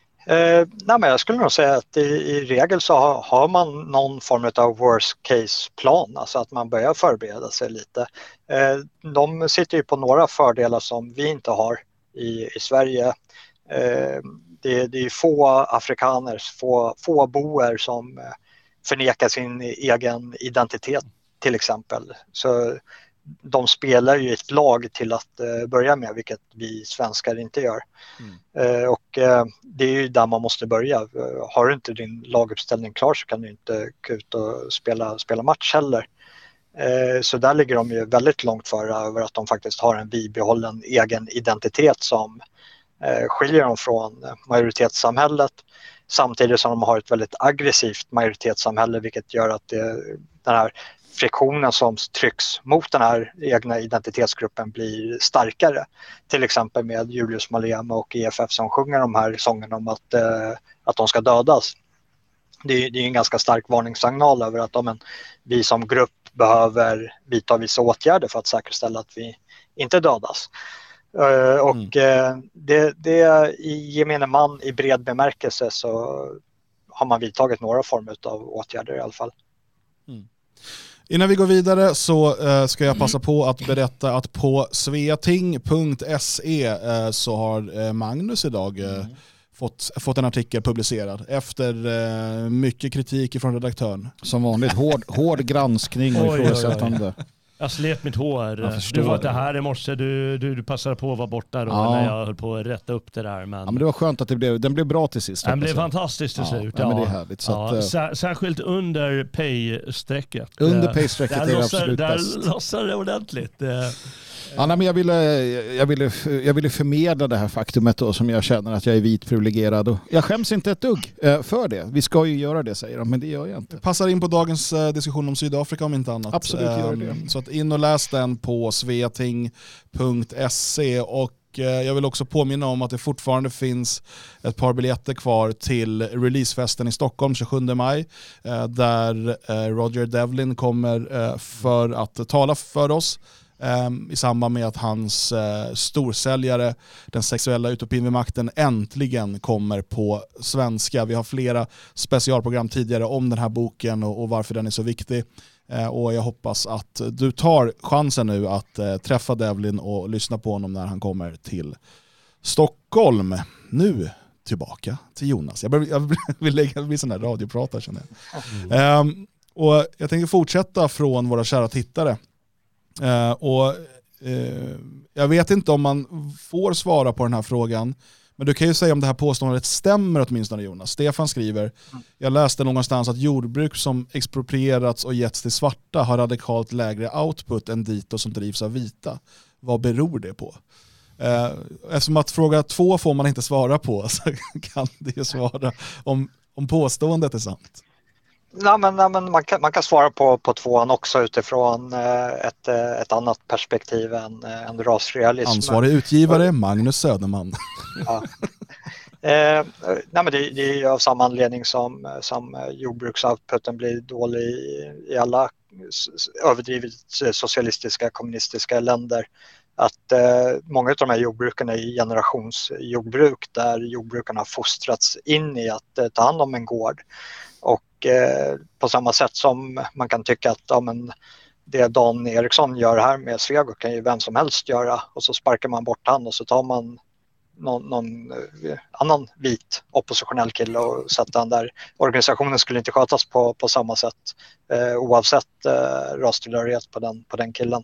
Eh, nej, men jag skulle nog säga att i, i regel så har, har man någon form av worst case plan, alltså att man börjar förbereda sig lite. Eh, de sitter ju på några fördelar som vi inte har i, i Sverige. Eh, det, det är få afrikaner, få, få boer som förnekar sin egen identitet till exempel. Så de spelar ju ett lag till att uh, börja med, vilket vi svenskar inte gör. Mm. Uh, och uh, det är ju där man måste börja. Uh, har du inte din laguppställning klar så kan du inte gå ut och spela, spela match heller. Uh, så där ligger de ju väldigt långt före över att de faktiskt har en bibehållen egen identitet som uh, skiljer dem från majoritetssamhället. Samtidigt som de har ett väldigt aggressivt majoritetssamhälle, vilket gör att det, den här friktionen som trycks mot den här egna identitetsgruppen blir starkare. Till exempel med Julius Malema och E F F som sjunger de här sångerna om att, eh, att de ska dödas. Det är, det är en ganska stark varningssignal över att om en, vi som grupp behöver vidta vissa åtgärder för att säkerställa att vi inte dödas. Uh, och mm. uh, det, det i gemene man i bred bemärkelse så har man vidtagit några former av åtgärder i alla fall. Mm. Innan vi går vidare så uh, ska jag passa på att berätta att på sveating punkt se uh, så har uh, Magnus idag uh, mm. fått, fått en artikel publicerad efter eh, mycket kritik från redaktören. Som vanligt, hård, hård granskning och ifrågasättande. Jag slet mitt hår. Du var inte här i morse, du, du, du passade på att vara borta då ja. när jag höll på att rätta upp det där. Men, ja, men det var skönt att det blev, den blev bra till sist. Den blev fantastiskt till slut. Ja, ja. Men det är härligt. Så ja, att, sär, särskilt under pay-strecket. Under pay-strecket är det lossar, absolut där bäst. Där lossar det ordentligt. Ja, nej, men jag, ville, jag, ville, jag ville förmedla det här faktumet då, som jag känner att jag är vit privilegierad. Och jag skäms inte ett dugg för det. Vi ska ju göra det, säger de, men det gör jag inte. Passar in på dagens diskussion om Sydafrika om inte annat. Absolut, gör det. Så att in och läs den på sveting punkt se och jag vill också påminna om att det fortfarande finns ett par biljetter kvar till releasefesten i Stockholm tjugosjunde maj där Roger Devlin kommer för att tala för oss i samband med att hans storsäljare, Den sexuella utopin vid makten, äntligen kommer på svenska. Vi har flera specialprogram tidigare om den här boken och varför den är så viktig. Och jag hoppas att du tar chansen nu att eh, träffa Devlin och lyssna på honom när han kommer till Stockholm. Nu tillbaka till Jonas. Jag, bör, jag vill lägga bli sån här radiopratare, känner jag. Mm. Um, och jag tänker fortsätta från våra kära tittare. Uh, och uh, jag vet inte om man får svara på den här frågan. Men du kan ju säga om det här påståendet stämmer åtminstone, Jonas. Stefan skriver, jag läste någonstans att jordbruk som exproprierats och getts till svarta har radikalt lägre output än dito som drivs av vita. Vad beror det på? Eh, eftersom att fråga två får man inte svara på så kan det ju svara om, om påståendet är sant. Nej, men, nej, men man, kan, man kan svara på, på tvåan också utifrån eh, ett, ett annat perspektiv än, än rasrealism. Ansvarig utgivare Magnus Söderman. Ja. Eh, nej, men det, det är av samma anledning som, som jordbruksoutputen blir dålig i, i alla överdrivet socialistiska kommunistiska länder. Att eh, många av de här jordbruken är generationsjordbruk där jordbrukarna har fostrats in i att eh, ta hand om en gård. Och eh, på samma sätt som man kan tycka att ja, men det Dan Eriksson gör här med Svego kan ju vem som helst göra. Och så sparkar man bort han och så tar man någon, någon eh, annan vit oppositionell kille och sätter han där. Organisationen skulle inte skötas på, på samma sätt eh, oavsett eh, rastillhörighet på den, på den killen.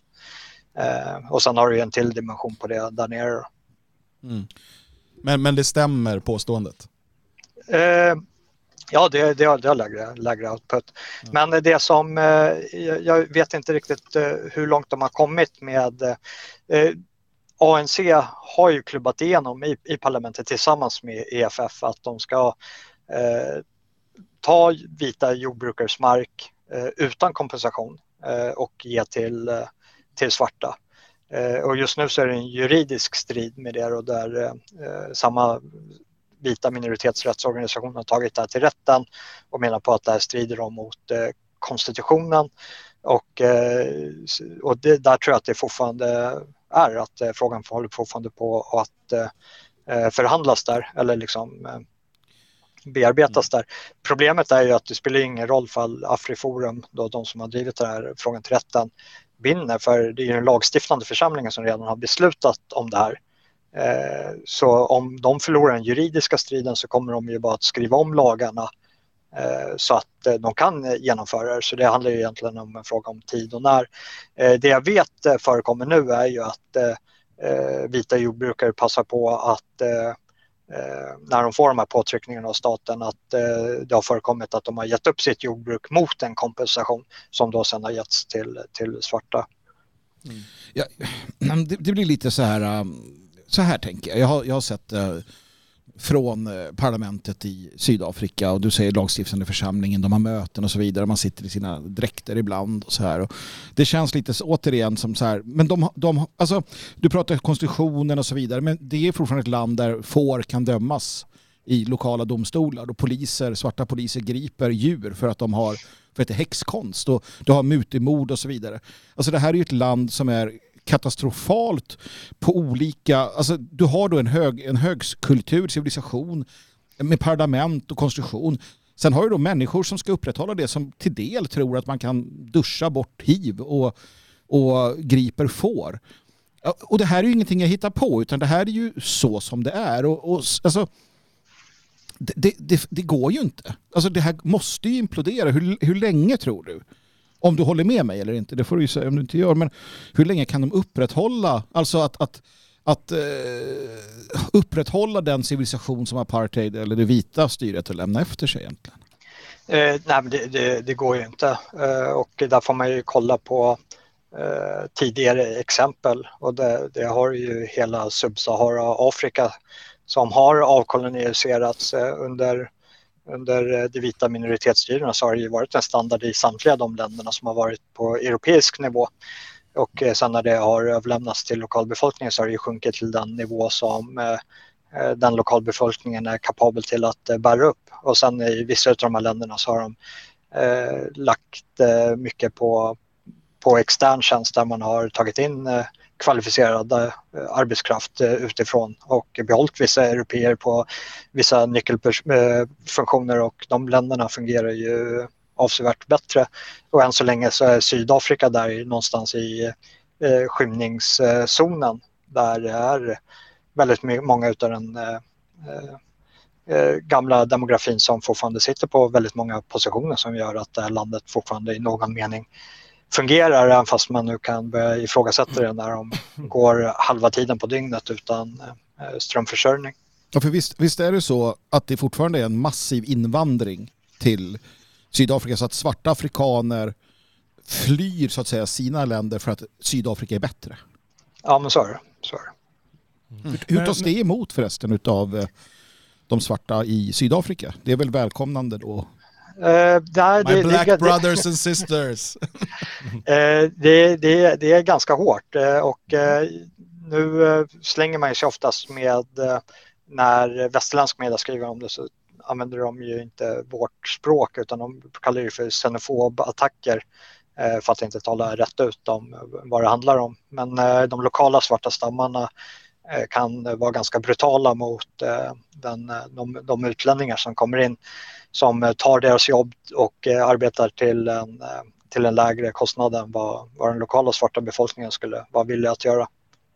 Eh, och sen har du ju en till dimension på det där nere. Mm. Men, men det stämmer påståendet? Eh, Ja, det, det, det har lägre, lägre output. Mm. Men det som, eh, jag vet inte riktigt eh, hur långt de har kommit med, eh, A N C har ju klubbat igenom i, i parlamentet tillsammans med E F F att de ska eh, ta vita jordbrukares mark eh, utan kompensation eh, och ge till, eh, till svarta. Eh, och just nu så är det en juridisk strid med det och där eh, samma vita minoritetsrättsorganisationer har tagit det här till rätten och menar på att det här strider om mot eh, konstitutionen och, eh, och det, där tror jag att det fortfarande är att eh, frågan håller fortfarande på att eh, förhandlas där eller liksom eh, bearbetas där. Problemet är ju att det spelar ingen roll för Afriforum, då de som har drivit den här frågan till rätten vinner, för det är ju den lagstiftande församlingen som redan har beslutat om det här. Så om de förlorar den juridiska striden så kommer de ju bara att skriva om lagarna så att de kan genomföra det. Så det handlar ju egentligen om en fråga om tid och när. Det jag vet förekommer nu är ju att vita jordbrukare passar på att när de får de här påtryckningarna av staten att det har förekommit att de har gett upp sitt jordbruk mot en kompensation som då sedan har getts till, till svarta. Mm. Ja, det, det blir lite så här... Um... Så här tänker jag. Jag har, jag har sett eh, från eh, parlamentet i Sydafrika och du säger lagstiftande församlingen, de har möten och så vidare. Man sitter i sina dräkter ibland och så här. Och det känns lite så, återigen som så här. Men de, de, alltså, du pratar konstitutionen och så vidare, men det är fortfarande ett land där får kan dömas i lokala domstolar och poliser, svarta poliser griper djur för att de har för att det är häxkonst och du har mutemord och så vidare. Alltså det här är ju ett land som är katastrofalt på olika, alltså du har då en hög en högkultur, civilisation med parlament och konstitution. Sen har du då människor som ska upprätthålla det som till del tror att man kan duscha bort hiv och, och griper får. Och det här är ju ingenting jag hittar på utan det här är ju så som det är och, och alltså det, det, det, det går ju inte. Alltså det här måste ju implodera. Hur, hur länge tror du? Om du håller med mig eller inte, det får du ju säga om du inte gör. Men hur länge kan de upprätthålla, alltså att, att, att uh, upprätthålla den civilisation som apartheid eller det vita styret att lämna efter sig egentligen? Eh, nej, men det, det, det går ju inte. Eh, och där får man ju kolla på eh, tidigare exempel. Och det, det har ju hela Subsahara-Afrika som har avkoloniserats eh, under, under det vita minoritetsstyrena, så har det ju varit en standard i samtliga de länderna som har varit på europeisk nivå. Och eh, sen när det har överlämnats till lokalbefolkningen så har det ju sjunkit till den nivå som eh, den lokalbefolkningen är kapabel till att eh, bära upp. Och sen i vissa av de här länderna så har de eh, lagt eh, mycket på, på extern tjänst där man har tagit in eh, kvalificerad eh, arbetskraft eh, utifrån och behållit vissa europeer på vissa nyckelfunktioner, och de länderna fungerar ju avsevärt bättre. Och än så länge så är Sydafrika där någonstans i eh, skymningszonen där det är väldigt många utav den eh, eh, gamla demografin som fortfarande sitter på väldigt många positioner som gör att det här landet fortfarande i någon mening fungerar, även fast man nu kan börja ifrågasätta det när de går halva tiden på dygnet utan eh, strömförsörjning. Ja, för visst, visst är det så att det fortfarande är en massiv invandring till Sydafrika, så att svarta afrikaner flyr så att säga sina länder för att Sydafrika är bättre. Ja, men så är det. Så är det. Mm. Hur tas det emot förresten av de svarta i Sydafrika? Det är väl välkomnande då? Uh, där, My det, black det, brothers and sisters. uh, det, det, det är ganska hårt uh, och uh, nu uh, slänger man sig oftast med uh, när västerländsk media skriver om det, så använder de ju inte vårt språk utan de kallar det för xenofobattacker uh, för att inte tala rätt ut om vad det handlar om. Men uh, de lokala svarta stammarna kan vara ganska brutala mot den, de, de utlänningar som kommer in, som tar deras jobb och arbetar till en, till en lägre kostnad än vad, vad den lokala svarta befolkningen skulle vara villig att göra.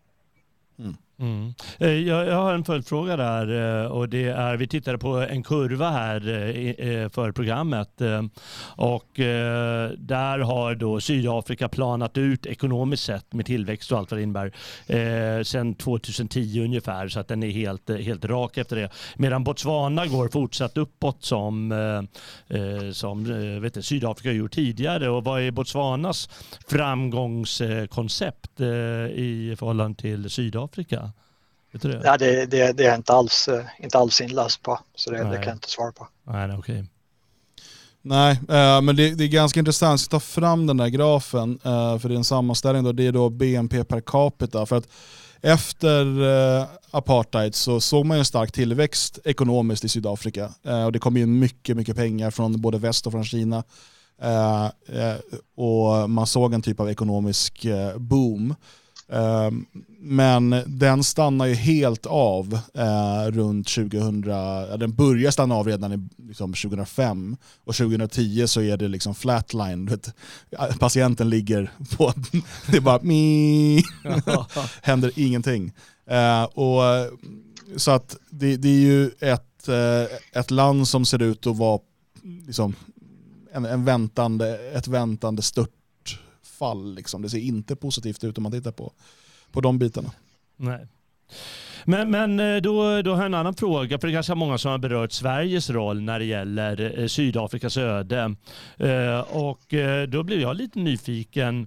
Mm. Mm. Jag, jag har en följdfråga där, och det är, vi tittade på en kurva här för programmet och där har då Sydafrika planat ut ekonomiskt sett med tillväxt och allt vad det innebär eh, sedan tjugohundratio ungefär, så att den är helt, helt rak efter det. Medan Botswana går fortsatt uppåt som, eh, som vet du, Sydafrika har gjort tidigare. Och vad är Botswanas framgångskoncept eh, i förhållande till Sydafrika? Vet du det? Ja, det, det, det är inte alls, inte alls inläst på, så det, det kan jag inte svara på. Nej, okej. Okay. Nej, eh, men det, det är ganska intressant att ta fram den där grafen, eh, för det är en sammanställning då, det är då B N P per capita, för att efter eh, apartheid så såg man ju en stark tillväxt ekonomiskt i Sydafrika, eh, och det kom ju mycket, mycket pengar från både väst och från Kina, eh, eh, och man såg en typ av ekonomisk eh, boom. Uh, men den stannar ju helt av uh, runt tjugohundra, ja, den börjar stanna av redan i liksom, tjugohundrafem, och tjugohundratio så är det liksom flatline, vet, patienten ligger på det är bara mi händer ingenting. Uh, och så att det, det är ju ett, uh, ett land som ser ut att vara liksom, en, en väntande, ett väntande stört fall, liksom. Det ser inte positivt ut om man tittar på, på de bitarna. Nej. Men, men då, då har jag en annan fråga, för det är ganska många som har berört Sveriges roll när det gäller Sydafrikas öde. Och då blev jag lite nyfiken.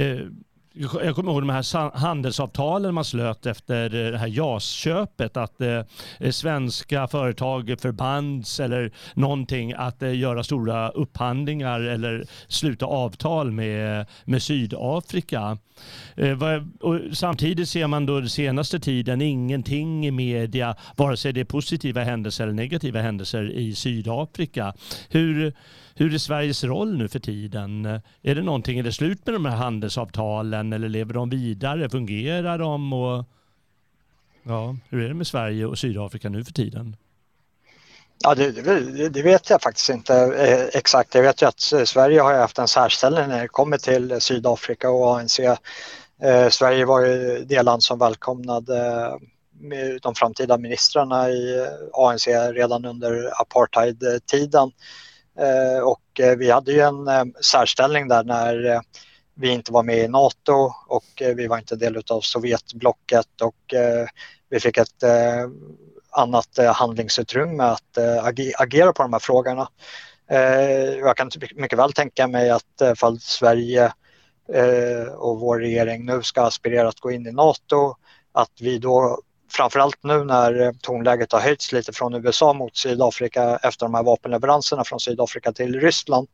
Jag kommer ihåg de här handelsavtalen man slöt efter det här J A S-köpet, att eh, svenska företag förbands eller någonting att eh, göra stora upphandlingar eller sluta avtal med, med Sydafrika. Eh, vad, och samtidigt ser man då den senaste tiden ingenting i media, vare sig det är positiva händelser eller negativa händelser i Sydafrika. Hur Hur är Sveriges roll nu för tiden? Är det någonting, är det slut med de här handelsavtalen eller lever de vidare? Fungerar de? Och, ja, hur är det med Sverige och Sydafrika nu för tiden? Ja, det, det, det vet jag faktiskt inte eh, exakt. Jag vet ju att Sverige har haft en särställning när det kommer till Sydafrika och A N C. Eh, Sverige var ju det land som välkomnade med de framtida ministrarna i A N C redan under apartheid-tiden. Och vi hade ju en särställning där när vi inte var med i NATO och vi var inte del av Sovjetblocket och vi fick ett annat handlingsutrymme att agera på de här frågorna. Jag kan mycket väl tänka mig att fall Sverige och vår regering nu ska aspirera att gå in i NATO, att vi då framförallt nu när tonläget har höjts lite från U S A mot Sydafrika efter de här vapenleveranserna från Sydafrika till Ryssland,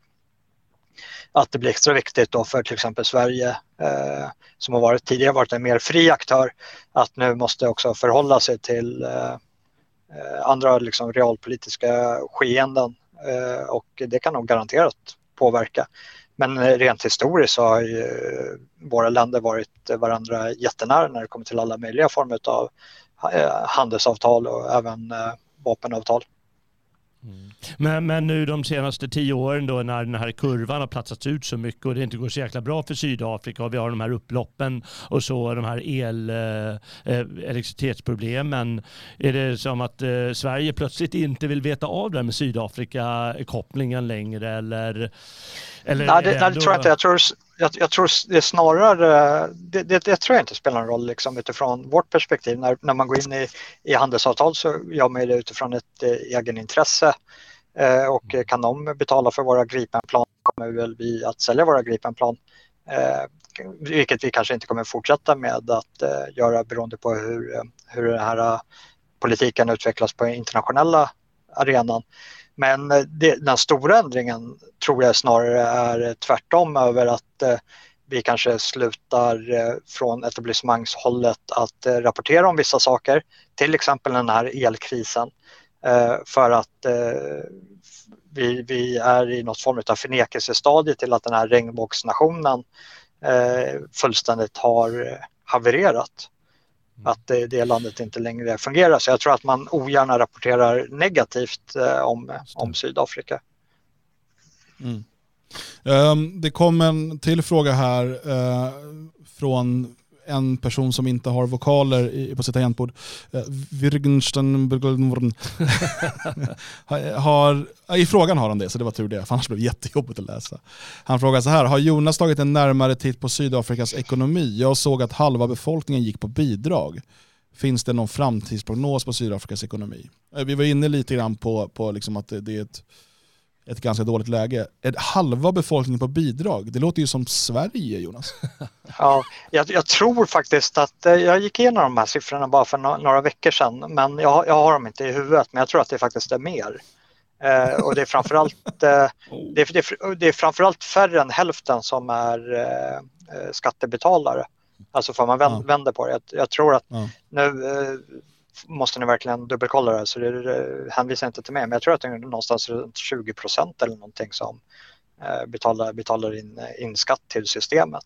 att det blir extra viktigt då för till exempel Sverige eh, som har varit tidigare varit en mer fri aktör, att nu måste också förhålla sig till eh, andra liksom realpolitiska skeenden eh, och det kan nog garanterat påverka. Men rent historiskt så har ju våra länder varit varandra jättenära när det kommer till alla möjliga former av handelsavtal och även vapenavtal. Mm. Men, men nu de senaste tio åren då när den här kurvan har platsats ut så mycket och det inte går så jäkla bra för Sydafrika och vi har de här upploppen och så de här el, eh, elektricitetsproblemen, är det som att eh, Sverige plötsligt inte vill veta av det med Sydafrika-kopplingen längre eller? eller nej, det, nej, det tror jag inte. Jag tror, jag, jag tror det är snarare, det, det, det tror jag inte spelar en roll liksom, utifrån vårt perspektiv. När, när man går in i, i handelsavtal så gör man det utifrån ett eh, egenintresse eh, och kan de betala för våra Gripenplan kommer väl vi att sälja våra Gripenplan. Eh, vilket vi kanske inte kommer fortsätta med att eh, göra beroende på hur, hur den här uh, politiken utvecklas på internationella arenan. Men det, den stora ändringen tror jag snarare är tvärtom över att eh, vi kanske slutar eh, från etablissemangshållet att eh, rapportera om vissa saker, till exempel den här elkrisen, eh, för att eh, vi, vi är i något form av förnekelsestadie till att den här regnbågsnationen eh, fullständigt har havererat. Att det, det landet inte längre fungerar. Så jag tror att man ogärna rapporterar negativt eh, om, om Sydafrika. Mm. Um, det kom en till fråga här uh, från en person som inte har vokaler i, på sitt tangentbord. Uh, Virgensten har i frågan har han det, så det var tur det, för annars blev det jättejobbigt att läsa. Han frågar så här: har Jonas tagit en närmare titt på Sydafrikas ekonomi? Jag såg att halva befolkningen gick på bidrag. Finns det någon framtidsprognos på Sydafrikas ekonomi? Vi var inne lite grann på, på liksom att det, det är ett, ett ganska dåligt läge. Är halva befolkningen på bidrag? Det låter ju som Sverige, Jonas. Ja, jag, jag tror faktiskt att jag gick igenom de här siffrorna bara för no- några veckor sedan, men jag, jag har dem inte i huvudet, men jag tror att det faktiskt är mer. Eh, och det är framförallt eh, det, är, det, är, det är framförallt färre än hälften som är eh, skattebetalare. Alltså får man vänd, ja. vänder på det. Jag, jag tror att ja. nu eh, måste ni verkligen dubbelkolla det, så det eh, hänvisar inte till mig, men jag tror att det är någonstans runt tjugo procent eller någonting som eh, betalar, betalar in, in skatt till systemet.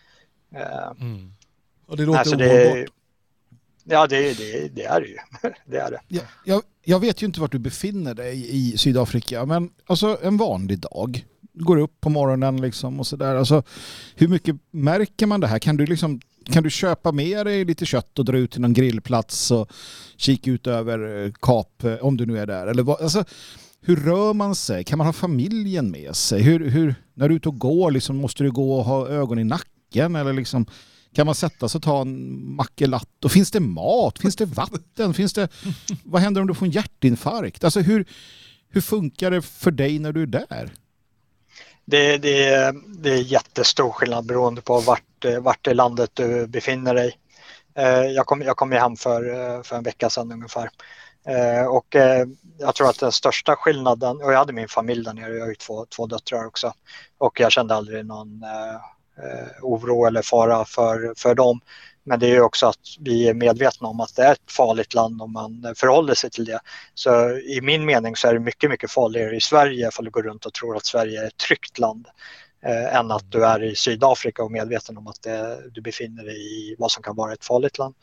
Eh, mm. Och det låter alltså ohållbart. Ja, det, det, det är det ju. det är det. Ja, jag, jag vet ju inte vart du befinner dig i Sydafrika, men alltså en vanlig dag. Går upp på morgonen liksom och sådär. Alltså, hur mycket märker man det här? Kan du, liksom, kan du köpa med dig lite kött och dra ut till någon grillplats och kika ut över Kap, om du nu är där? Eller vad, alltså, hur rör man sig? Kan man ha familjen med sig? Hur, hur, när du är ute och går, liksom, måste du gå och ha ögon i nacken? Eller liksom, kan man sätta sig och ta en mackelatt? Och finns det mat? Finns det vatten? Finns det, vad händer om du får en hjärtinfarkt? Alltså, hur, hur funkar det för dig när du är där? Det, det, det är jättestor skillnad beroende på vart, vart i landet du befinner dig. Jag kom, jag kom hem för, för en vecka sedan ungefär. Och jag tror att den största skillnaden, och jag hade min familj där nere, jag har ju två, två döttrar också. Och jag kände aldrig någon eh, oro eller fara för, för dem. Men det är ju också att vi är medvetna om att det är ett farligt land om man förhåller sig till det. Så i min mening så är det mycket, mycket farligare i Sverige ifall du går runt och tror att Sverige är ett tryggt land eh, än att du är i Sydafrika och medveten om att det, du befinner dig i vad som kan vara ett farligt land.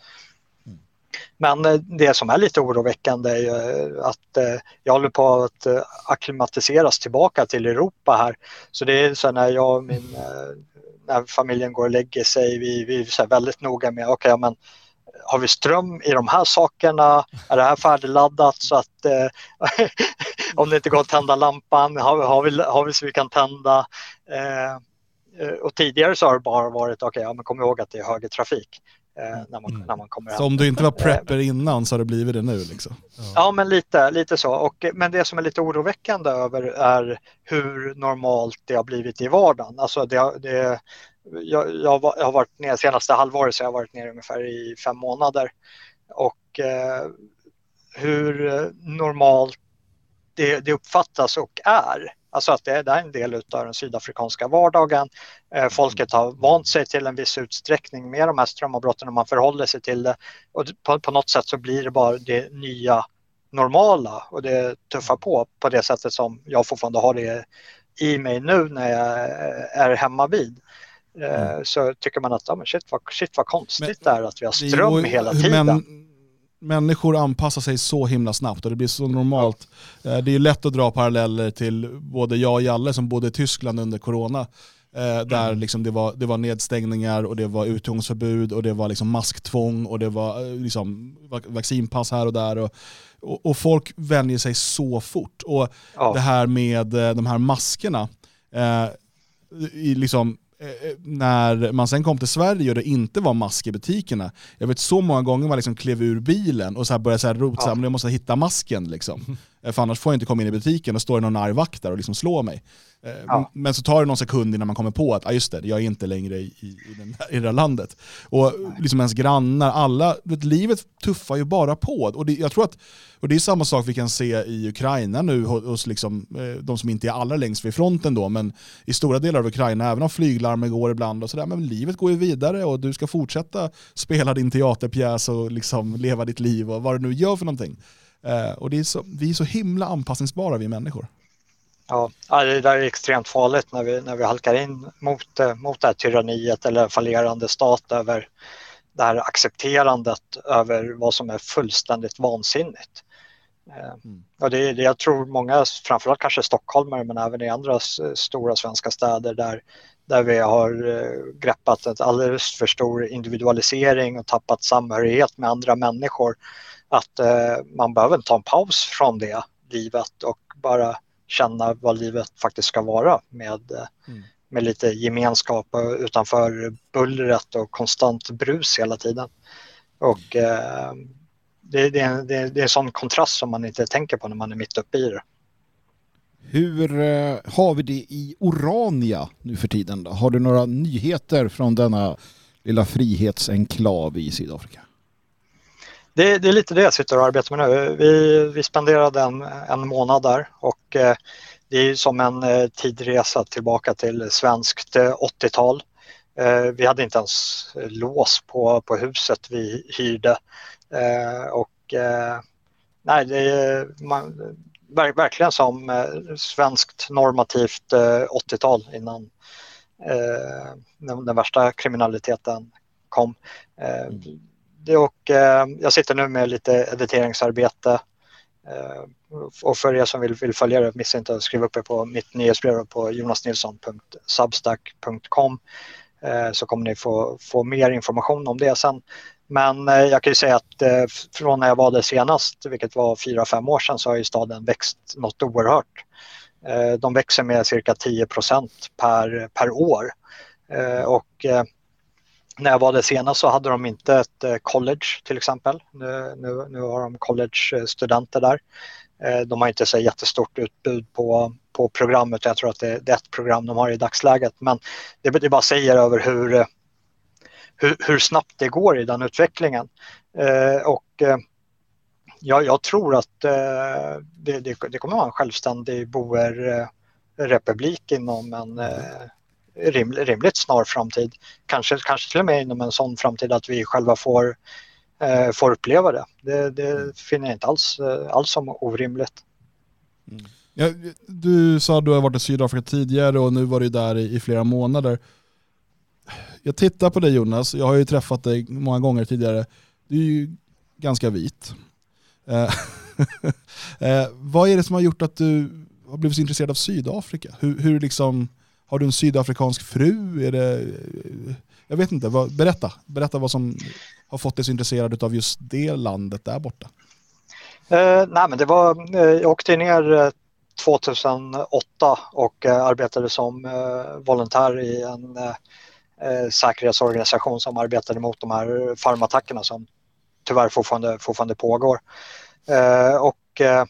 Men eh, det som är lite oroväckande är ju att eh, jag håller på att eh, akklimatiseras tillbaka till Europa här. Så det är så när jag och min... Eh, när familjen går och lägger sig, vi, vi är så väldigt noga med, okej, okay, men har vi ström i de här sakerna? Är det här färdigladdat så att eh, om det inte går att tända lampan, har vi, har vi, har vi så vi kan tända? Eh, och tidigare så har det bara varit, okej, okay, ja, men kom ihåg att det är högertrafik eh, när, man, mm. när man kommer hem. Så om du inte var prepper innan så har det blivit det nu liksom? Ja, ja men lite, lite så. Och, men det som är lite oroväckande över är hur normalt det har blivit i vardagen. Alltså det, det Jag, jag, var, jag har varit nere senaste halvåret, så jag har varit nere ungefär i fem månader. Och eh, hur normalt det, det uppfattas och är. Alltså att det, det är en del av den sydafrikanska vardagen. Eh, folket har vant sig till en viss utsträckning med de här strömavbrotten och man förhåller sig till det. Och på, på något sätt så blir det bara det nya normala och det tuffar på på det sättet som jag fortfarande har det i mig nu när jag är hemma vid. Mm. Så tycker man att ja, men shit, vad, shit vad konstigt det är att vi har ström ju, hela tiden. Men, människor anpassar sig så himla snabbt och det blir så normalt. Ja. Det är lätt att dra paralleller till både jag och Jalle som bodde i Tyskland under corona. Där mm. liksom det, var, det var nedstängningar och det var utgångsförbud och det var liksom masktvång och det var liksom vaccinpass här och där. Och, och, och folk vänjer sig så fort. Och ja. Det här med de här maskerna eh, i liksom när man sen kom till Sverige och det inte var mask i butikerna. Jag vet så många gånger man liksom klev ur bilen och så här började så här rota, ja. Men jag måste hitta masken liksom. För annars får jag inte komma in i butiken och står det någon argvakt där och liksom slår mig. Ja. Men så tar det någon sekund innan man kommer på att ah, just det, jag är inte längre i, i, i, den här, i det här landet. Och liksom ens grannar, alla, vet, livet tuffar ju bara på. Och det, jag tror att, och det är samma sak vi kan se i Ukraina nu hos liksom, de som inte är allra längst vid fronten då, men i stora delar av Ukraina, även om flyglarmen går ibland och sådär, men livet går ju vidare och du ska fortsätta spela din teaterpjäs och liksom leva ditt liv och vad du nu gör för någonting. Uh, och det är så, vi är så himla anpassningsbara, vi människor. Ja, det där är extremt farligt när vi, när vi halkar in mot, mot det här tyranniet eller fallerande stat över det här accepterandet över vad som är fullständigt vansinnigt. Mm. Och det är det jag tror många, framförallt kanske stockholmare men även i andra stora svenska städer där, där vi har greppat ett alldeles för stor individualisering och tappat samhörighet med andra människor. Att eh, man behöver ta en paus från det livet och bara känna vad livet faktiskt ska vara med, mm. med lite gemenskap utanför bullret och konstant brus hela tiden. Och eh, det, det, är, det, det är en sån kontrast som man inte tänker på när man är mitt uppe i det. Hur eh, har vi det i Orania nu för tiden då? Har du några nyheter från denna lilla frihetsenklav i Sydafrika? Det, det är lite det jag sitter och arbetar med nu. Vi, vi spenderade en, en månad där och eh, det är som en eh, tidresa tillbaka till svenskt eh, åttiotal. Eh, vi hade inte ens lås på, på huset vi hyrde. Eh, och eh, nej, det är man, ver, verkligen som eh, svenskt normativt eh, åttiotal innan eh, den, den värsta kriminaliteten kom. Eh, mm. Det och, eh, jag sitter nu med lite editeringsarbete eh, och för er som vill, vill följa det, missa inte att skriva upp er på mitt nyhetsbrev på jonasnilsson punkt substack punkt com eh, så kommer ni få, få mer information om det sen. Men eh, jag kan ju säga att eh, från när jag var där senast, vilket var fyra, fem år sedan, så har ju staden växt något oerhört. Eh, de växer med cirka tio procent per, per år eh, och eh, när jag var där senast så hade de inte ett college till exempel. Nu, nu, nu har de college-studenter där. De har inte så jättestort utbud på, på programmet. Jag tror att det, det är ett program de har i dagsläget. Men det, det bara säger över hur, hur, hur snabbt det går i den utvecklingen. Och ja, jag tror att det, det, det kommer att vara en självständig boerrepublik inom en Rim, rimligt snar framtid. Kanske, kanske till och med inom en sån framtid att vi själva får, eh, får uppleva det. Det, det finner jag inte alls, alls som orimligt. Mm. Ja, du sa att du har varit i Sydafrika tidigare och nu var du där i, i flera månader. Jag tittar på dig Jonas, jag har ju träffat dig många gånger tidigare. Du är ju ganska vit. Eh, eh, vad är det som har gjort att du har blivit så intresserad av Sydafrika? Hur, hur liksom... Har du en sydafrikansk fru? Är det, jag vet inte, vad, berätta. Berätta vad som har fått dig så intresserad av just det landet där borta. Eh, nej, men det var, eh, jag åkte ner eh, tjugohundraåtta och eh, arbetade som eh, volontär i en eh, eh, säkerhetsorganisation som arbetade mot de här farmattackerna som tyvärr fortfarande, fortfarande pågår. Eh, och eh,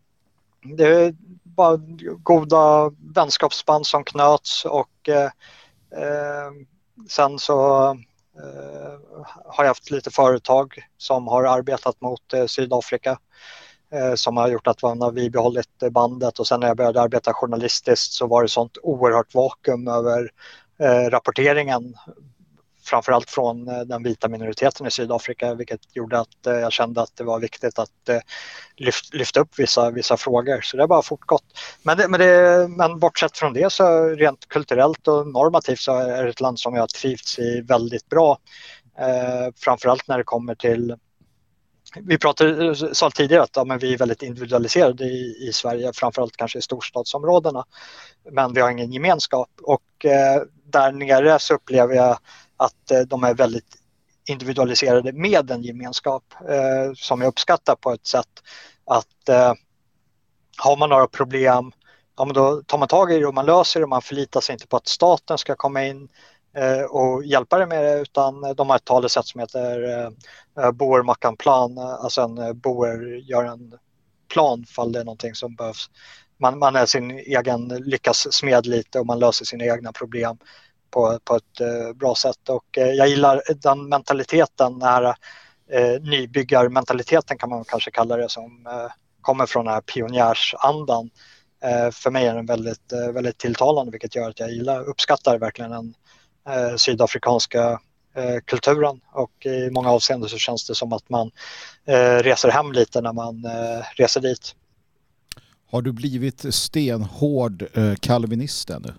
det var goda vänskapsband som knöts och eh, eh, sen så eh, har jag haft lite företag som har arbetat mot eh, Sydafrika eh, som har gjort att man har bibehållit bandet, och sen när jag började arbeta journalistiskt så var det sånt oerhört vakuum över eh, rapporteringen, framförallt från den vita minoriteten i Sydafrika, vilket gjorde att jag kände att det var viktigt att lyft, lyfta upp vissa, vissa frågor. Så det har bara fortgått. Men, det, men, det, men bortsett från det så rent kulturellt och normativt så är det ett land som jag har trivts i väldigt bra. Eh, framförallt när det kommer till... Vi pratade sa tidigare att ja, men vi är väldigt individualiserade i, i Sverige, framförallt kanske i storstadsområdena. Men vi har ingen gemenskap, och eh, där nere så upplever jag att eh, de är väldigt individualiserade med en gemenskap eh, som jag uppskattar på ett sätt att eh, har man några problem, ja, men då tar man tag i det och man löser det, och man förlitar sig inte på att staten ska komma in eh, och hjälpa dig med det, utan de har ett talesätt som heter eh, boer makan plan, alltså en boer gör en plan fall det är någonting som behövs. Man, man är sin egen lyckas smed lite och man löser sina egna problem på, på ett eh, bra sätt, och eh, jag gillar den mentaliteten, den här eh, nybyggarmentaliteten kan man kanske kalla det, som eh, kommer från den här pionjärsandan. Eh, för mig är den väldigt, eh, väldigt tilltalande, vilket gör att jag gillar, uppskattar verkligen den eh, sydafrikanska eh, kulturen, och i många avseenden så känns det som att man eh, reser hem lite när man eh, reser dit. Har du blivit stenhård eh, kalvinist ännu?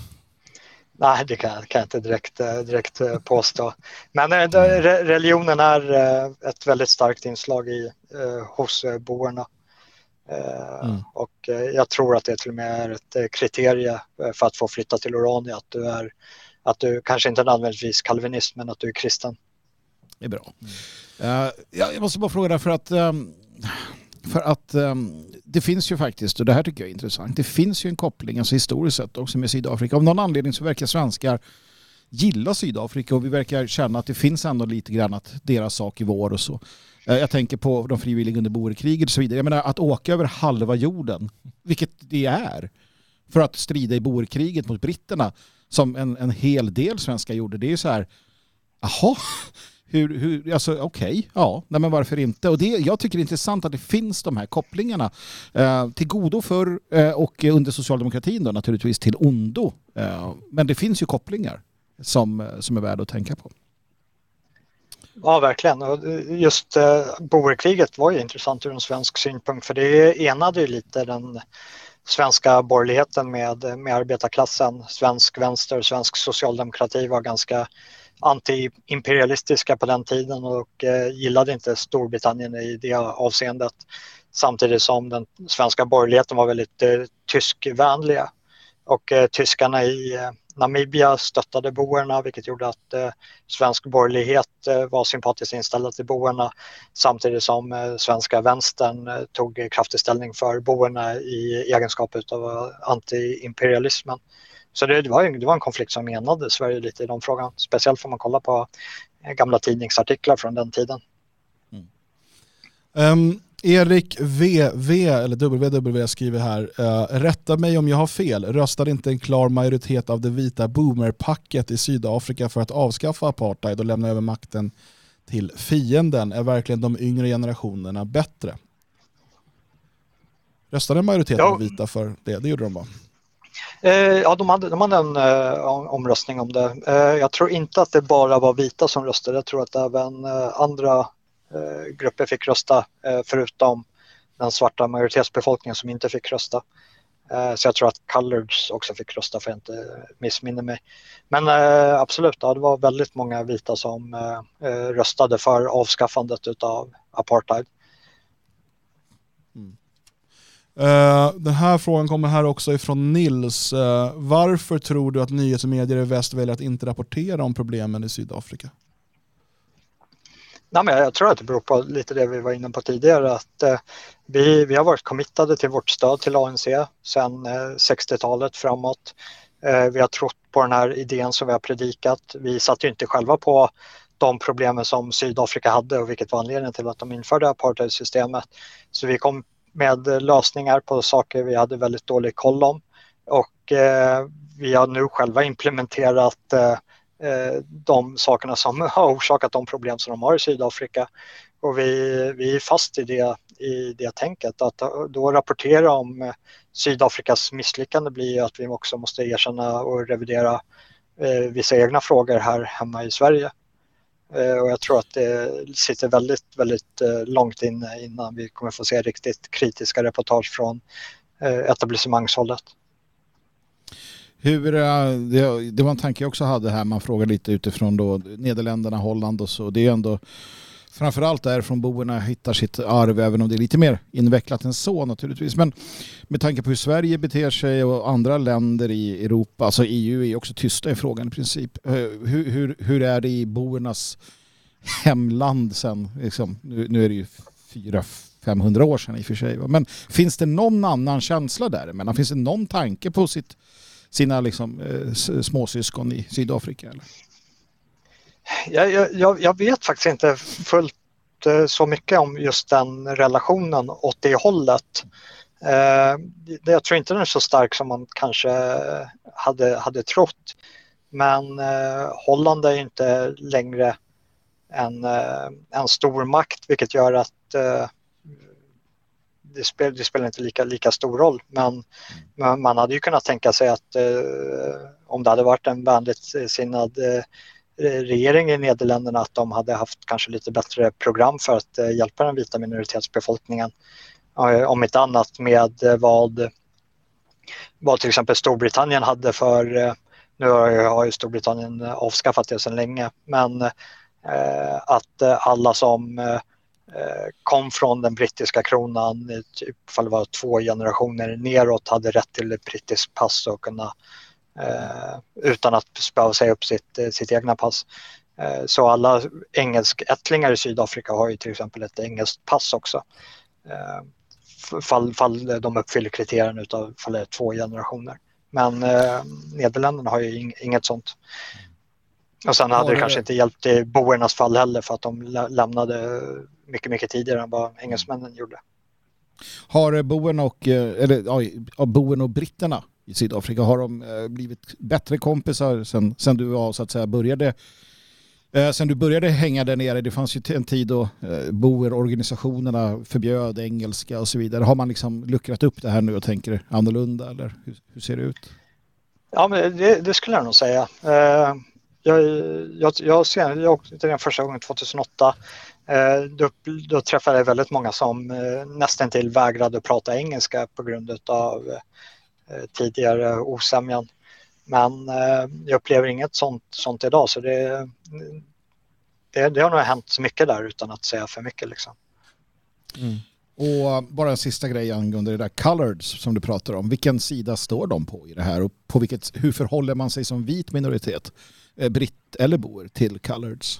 Nej, det kan, kan jag inte direkt, direkt påstå. Men äh, religionen är äh, ett väldigt starkt inslag i, äh, hos äh, boerna. Äh, mm. Och äh, jag tror att det till och med är ett äh, kriterie för att få flytta till Orania, att du är, att du kanske inte nödvändigtvis kalvinist, men att du är kristen. Det är bra. Mm. Uh, jag måste bara fråga där, för att um, för att um, det finns ju faktiskt, och det här tycker jag är intressant, det finns ju en koppling, alltså historiskt sett också, med Sydafrika. Av någon anledning så verkar svenskar gilla Sydafrika, och vi verkar känna att det finns ändå lite grann att deras sak i vår och så. Uh, jag tänker på de frivilliga under boerkriget och så vidare. Jag menar, att åka över halva jorden, vilket det är, för att strida i boerkriget mot britterna, som en, en hel del svenskar gjorde, det är ju så här, jaha, Hur, hur, alltså okej, okay, ja, nej, men varför inte? Och det, jag tycker det är intressant att det finns de här kopplingarna eh, till godo för eh, och under socialdemokratin då naturligtvis till ondo. Eh, men det finns ju kopplingar som, som är värda att tänka på. Ja, verkligen. Och just eh, boerkriget var ju intressant ur en svensk synpunkt, för det enade ju lite den svenska borgerligheten med, med arbetarklassen. Svensk vänster, svensk socialdemokrati var ganska anti-imperialistiska på den tiden och eh, gillade inte Storbritannien i det avseendet, samtidigt som den svenska borgerligheten var väldigt eh, tyskvänliga, och eh, tyskarna i eh, Namibia stöttade boerna, vilket gjorde att eh, svensk borgerlighet eh, var sympatiskt inställda till boerna, samtidigt som eh, svenska vänstern eh, tog kraftig ställning för boerna i egenskap av anti-imperialismen. Så det, det, var en, det var en konflikt som enade Sverige lite i de frågan. Speciellt får man kolla på gamla tidningsartiklar från den tiden. Mm. Um, Erik V V eller W W skriver här: uh, rätta mig om jag har fel. Röstade inte en klar majoritet av det vita boomerpacket i Sydafrika för att avskaffa apartheid och lämna över makten till fienden? Är verkligen de yngre generationerna bättre? Röstade en majoritet ja. av vita för det? Det gjorde de bara. Ja, de hade, de hade en uh, omröstning om det. Uh, jag tror inte att det bara var vita som röstade. Jag tror att även uh, andra uh, grupper fick rösta, uh, förutom den svarta majoritetsbefolkningen som inte fick rösta. Uh, så jag tror att coloreds också fick rösta, för jag inte missminner mig. Men uh, absolut, ja, det var väldigt många vita som uh, uh, röstade för avskaffandet av apartheid. Mm. Uh, den här frågan kommer här också ifrån Nils. Uh, varför tror du att nyhetsmedier i väst väljer att inte rapportera om problemen i Sydafrika? Nej, men jag tror att det beror på lite det vi var inne på tidigare. Att, uh, vi, vi har varit committade till vårt stöd till A N C sedan uh, sextiotalet framåt. Uh, vi har trott på den här idén som vi har predikat. Vi satt ju inte själva på de problemen som Sydafrika hade och vilket var anledningen till att de införde apartheidsystemet. Så vi kom med lösningar på saker vi hade väldigt dålig koll om. Och eh, vi har nu själva implementerat eh, de sakerna som har orsakat de problem som de har i Sydafrika. Och vi, vi är fast i det, i det tänket. Att då rapportera om Sydafrikas misslyckande blir att vi också måste erkänna och revidera eh, vissa egna frågor här hemma i Sverige. Och jag tror att det sitter väldigt, väldigt långt inne innan vi kommer få se riktigt kritiska reportage från etablissemangshållet. Hur, det, det var en tanke jag också hade här, man frågar lite utifrån då Nederländerna, Holland och så. Det är ändå framförallt där från boerna hittar sitt arv, även om det är lite mer invecklat än så naturligtvis. Men med tanke på hur Sverige beter sig och andra länder i Europa, alltså E U är också tysta i frågan i princip. Hur, hur, hur är det i boernas hemland sen? Liksom, nu, nu är det ju fyra femhundra år sedan i och för sig. Men finns det någon annan känsla där? Men finns det någon tanke på sitt, sina liksom, eh, småsyskon i Sydafrika? Eller? Jag, jag, jag vet faktiskt inte fullt så mycket om just den relationen åt det hållet. Eh, jag tror inte den är så stark som man kanske hade, hade trott. Men eh, Holland är inte längre en, eh, en stor makt, vilket gör att eh, det, spel, det spelar inte lika, lika stor roll. Men, men man hade ju kunnat tänka sig att eh, om det hade varit en vänligt sinnad eh, regering i Nederländerna, att de hade haft kanske lite bättre program för att eh, hjälpa den vita minoritetsbefolkningen. Eh, om inte annat med eh, vad, vad till exempel Storbritannien hade för, eh, nu har ju Storbritannien avskaffat det sedan länge, men eh, att eh, alla som eh, kom från den brittiska kronan, typ, fall det var två generationer neråt, hade rätt till ett brittiskt pass och kunna Uh, utan att behöva säga upp sitt, sitt egna pass. Uh, så alla engelskättlingar i Sydafrika har ju till exempel ett engelskt pass också. Uh, fall, fall de uppfyller kriterierna utav fall det är två generationer. Men uh, Nederländerna har ju inget sånt. Och sen hade det, det kanske inte hjälpt i boernas fall heller, för att de lä- lämnade mycket, mycket tidigare än vad engelsmännen gjorde. Har boerna och, eller, ja, boerna och britterna i Sydafrika, har de blivit bättre kompisar sen, sen du var, så att säga, började sen du började hänga där nere? Det fanns ju en tid då boerorganisationerna förbjöd engelska och så vidare. Har man liksom luckrat upp det här nu och tänker annorlunda, eller hur, hur ser det ut? Ja, men det, det skulle jag nog säga. Jag, jag, jag, ser, jag åkte den första gången tjugohundraåtta. Då, då träffade jag väldigt många som nästan till vägrade att prata engelska på grund av tidigare osämjan. Men eh, jag upplever inget sånt, sånt idag, så det, det, det har nog hänt så mycket där utan att säga för mycket. Liksom. Mm. Och bara en sista grej angående det där Coloreds som du pratar om. Vilken sida står de på i det här? Och på vilket, hur förhåller man sig som vit minoritet, eh, britt eller boer, till Coloreds?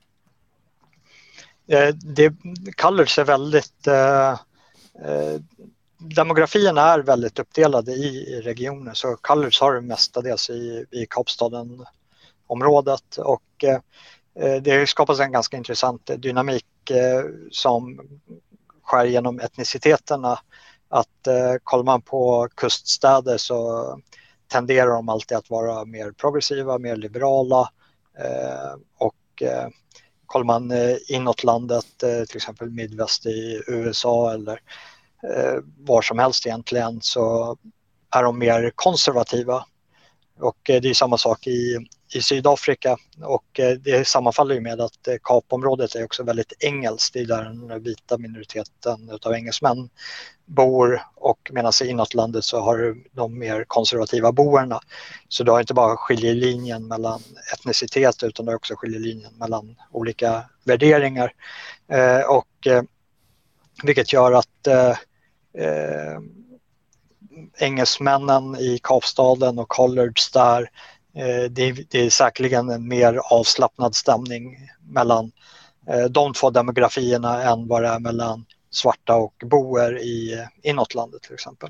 Eh, det, Coloreds är väldigt... Eh, eh, demografierna är väldigt uppdelade i, i regioner, så Coloreds har det mestadels i, i Kapstaden-området, och eh, det skapas en ganska intressant dynamik eh, som skär genom etniciteterna. Att eh, kollar man på kuststäder så tenderar de alltid att vara mer progressiva, mer liberala, eh, och eh, kollar man eh, inåt landet, eh, till exempel Midwest i U S A eller eh, var som helst egentligen, så är de mer konservativa. Och eh, det är samma sak i, i Sydafrika, och eh, det sammanfaller ju med att eh, Kapområdet är också väldigt engelskt. Det är där den vita minoriteten utav engelsmän bor, och medan i inåt landet så har de mer konservativa boerna. Så du har inte bara skiljelinjen mellan etnicitet, utan du har också skiljelinjen mellan olika värderingar. Eh, och eh, vilket gör att eh, eh, engelsmännen i Kapstaden och Collards där. Eh, det, det är säkerligen en mer avslappnad stämning mellan eh, de två demografierna än vad det är mellan svarta och boer i inåtlandet till exempel.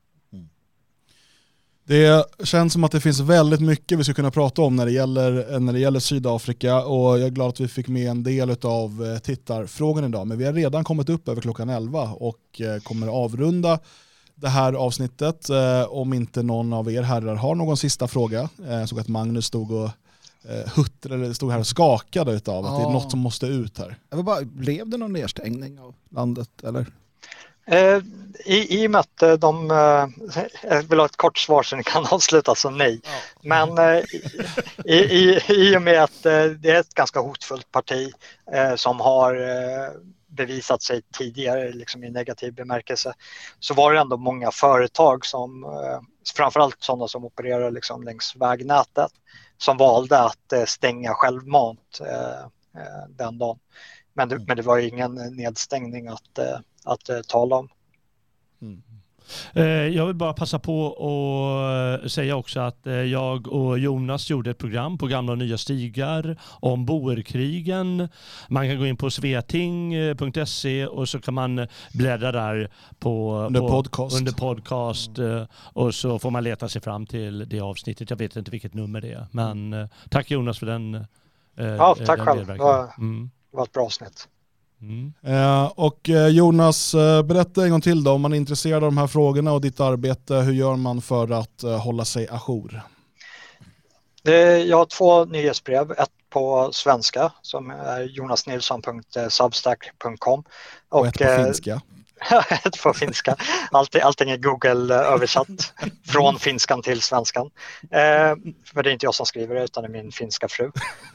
Det känns som att det finns väldigt mycket vi ska kunna prata om när det gäller, när det gäller Sydafrika, och jag är glad att vi fick med en del av tittarfrågan idag. Men vi har redan kommit upp över klockan elva och kommer avrunda det här avsnittet. Om inte någon av er herrar har någon sista fråga. Jag såg att Magnus stod och huttrade, stod här och skakade utav att ja. Det är något som måste ut här. Det var bara, blev det någon nedstängning av landet eller? Eh, i, I och med att de, eh, jag vill ha ett kort svar så ni kan avsluta så nej. Ja. Men eh, i, i, i och med att eh, det är ett ganska hotfullt parti eh, som har eh, bevisat sig tidigare liksom i negativ bemärkelse, så var det ändå många företag som, eh, framförallt sådana som opererar liksom längs vägnätet, som valde att eh, stänga självmant eh, eh, den dagen. Men det, men det var ju ingen nedstängning att, eh, att uh, tala om. Mm. Jag vill bara passa på att säga också att jag och Jonas gjorde ett program på Gamla och nya stigar om boerkrigen. Man kan gå in på sveting punkt se och så kan man bläddra där på, under, på, podcast. under podcast mm. och så får man leta sig fram till det avsnittet. Jag vet inte vilket nummer det är. Men tack Jonas för den. Ja, tack den själv. Det var, mm. var ett bra avsnitt. Mm. Eh, och eh, Jonas, eh, berätta en gång till då, om man är intresserad av de här frågorna och ditt arbete, hur gör man för att eh, hålla sig ajour? Det, jag har två nyhetsbrev, ett på svenska som är jonasnilsson punkt substack punkt com och, och ett på eh, finska. ett på finska. Allting, allting är Google översatt från finskan till svenskan. Eh, för det är inte jag som skriver det utan det är min finska fru.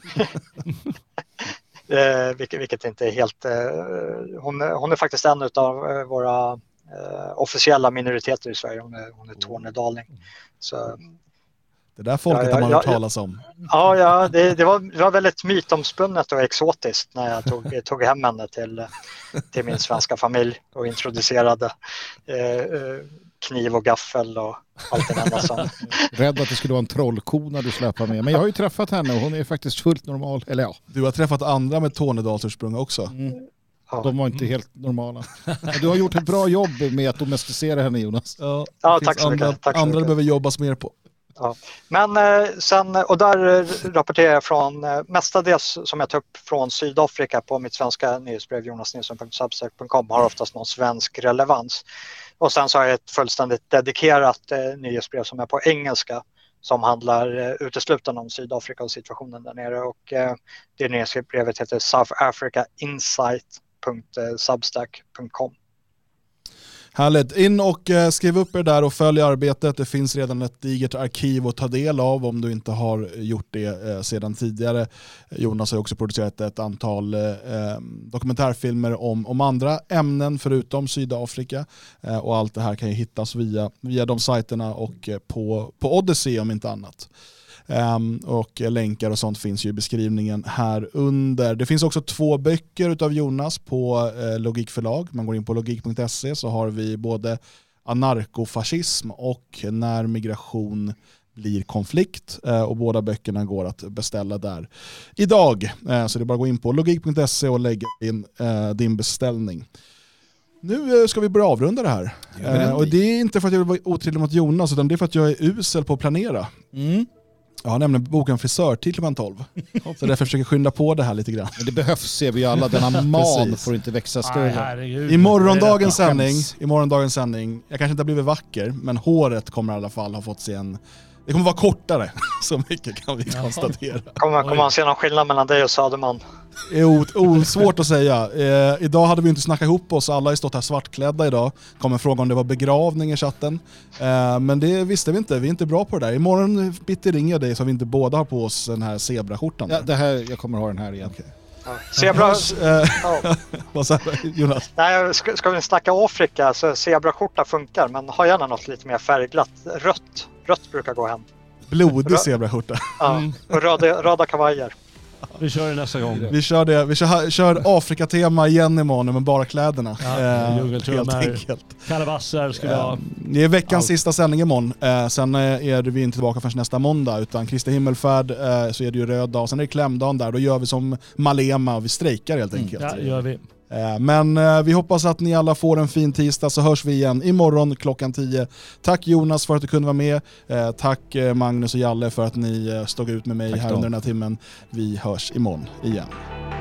Eh, vilket, vilket inte är helt... Eh, hon, hon är faktiskt en av våra eh, officiella minoriteter i Sverige. Hon är, hon är tornedaling. Så, det där folket ja, har man ja, hört talas om. Ja, ja det, det, var, det var väldigt mytomspunnet och exotiskt när jag tog, tog hem henne till, till min svenska familj och introducerade eh, kniv och gaffel och allt det där som... Rädd att det skulle vara en trollkona du släpar med. Men jag har ju träffat henne och hon är faktiskt fullt normal. Eller ja. Du har träffat andra med tornedalsursprung också. Mm. De var inte helt normala. Men du har gjort ett bra jobb med att domesticera henne, Jonas. Ja, ja tack så andra, mycket. Tack så andra mycket. behöver jobbas mer på. Ja. Men eh, sen, och där rapporterar jag från eh, mestadels som jag tar upp från Sydafrika på mitt svenska nyhetsbrev jonasnilsson punkt substack punkt com har oftast någon svensk relevans. Och sen så har jag ett fullständigt dedikerat eh, nyhetsbrev som är på engelska som handlar eh, uteslutande om Sydafrika och situationen där nere. Och eh, det nyhetsbrevet heter South Africa Insight punkt substack punkt com. Härligt. In och eh, skriv upp er där och följ arbetet. Det finns redan ett digert arkiv att ta del av om du inte har gjort det eh, sedan tidigare. Jonas har också producerat ett antal eh, dokumentärfilmer om, om andra ämnen förutom Sydafrika. Eh, och allt det här kan ju hittas via, via de sajterna och eh, på, på Odyssey om inte annat. Um, och länkar och sånt finns ju i beskrivningen här under. Det finns också två böcker utav Jonas på eh, Logikförlag. Man går in på logik punkt se så har vi både anarkofascism och när migration blir konflikt. Eh, och båda böckerna går att beställa där idag. Eh, så det är bara att gå in på logik punkt se och lägga in eh, din beställning. Nu ska vi börja avrunda det här. Eh, och det är inte för att jag vill vara otrevlig mot Jonas utan det är för att jag är usel på att planera. Mm. Jag har nämligen boken frisör till klockan tolv. Så därför försöker jag skynda på det här lite grann. Men det behövs, ser vi ju alla. Denna man får inte växa större. I morgondagens sändning, i morgondagens sändning, jag kanske inte har blivit vacker, men håret kommer i alla fall ha fått sig en... Det kommer vara kortare, så mycket kan vi konstatera. Kommer, kommer man se någon skillnad mellan dig och Söderman? Det är o- o- svårt att säga. Eh, idag hade vi inte snackat ihop oss, alla har stått här svartklädda idag. Kom en fråga om det var begravning i chatten. Eh, men det visste vi inte, vi är inte bra på det där. Imorgon bitti ringer jag dig så vi inte båda har på oss den här zebraskjortan. Ja, det här, jag kommer ha den här igen. Okay. Ja. Zebra... Eh, ja. Vad sa du, Jonas? Nej, ska, ska vi snacka Afrika så zebraskjorta funkar, men ha gärna något lite mer färgglatt. Rött. Rött brukar gå hem. Blodig zebraskjorta. Ja, och röda, röda kavajer. Vi kör det nästa gång. Vi kör det. Vi kör, kör Afrika-tema igen imorgon med bara kläderna. Ja, eh, helt enkelt. Kalabasser ska vi ha. Eh, det är veckans Allt. sista sändning imorgon. Eh, sen är vi inte tillbaka förrän nästa måndag. Utan Kristi himmelfärd eh, så är det ju röd dag. Sen är det klämdagen där. Då gör vi som Malema och vi strejkar helt enkelt. Ja, gör vi. Eh, men eh, vi hoppas att ni alla får en fin tisdag, så hörs vi igen imorgon klockan tio. Tack Jonas för att du kunde vara med. Eh, tack eh, Magnus och Jalle för att ni eh, stod ut med mig tack här då. under den här timmen. Vi hörs imorgon igen.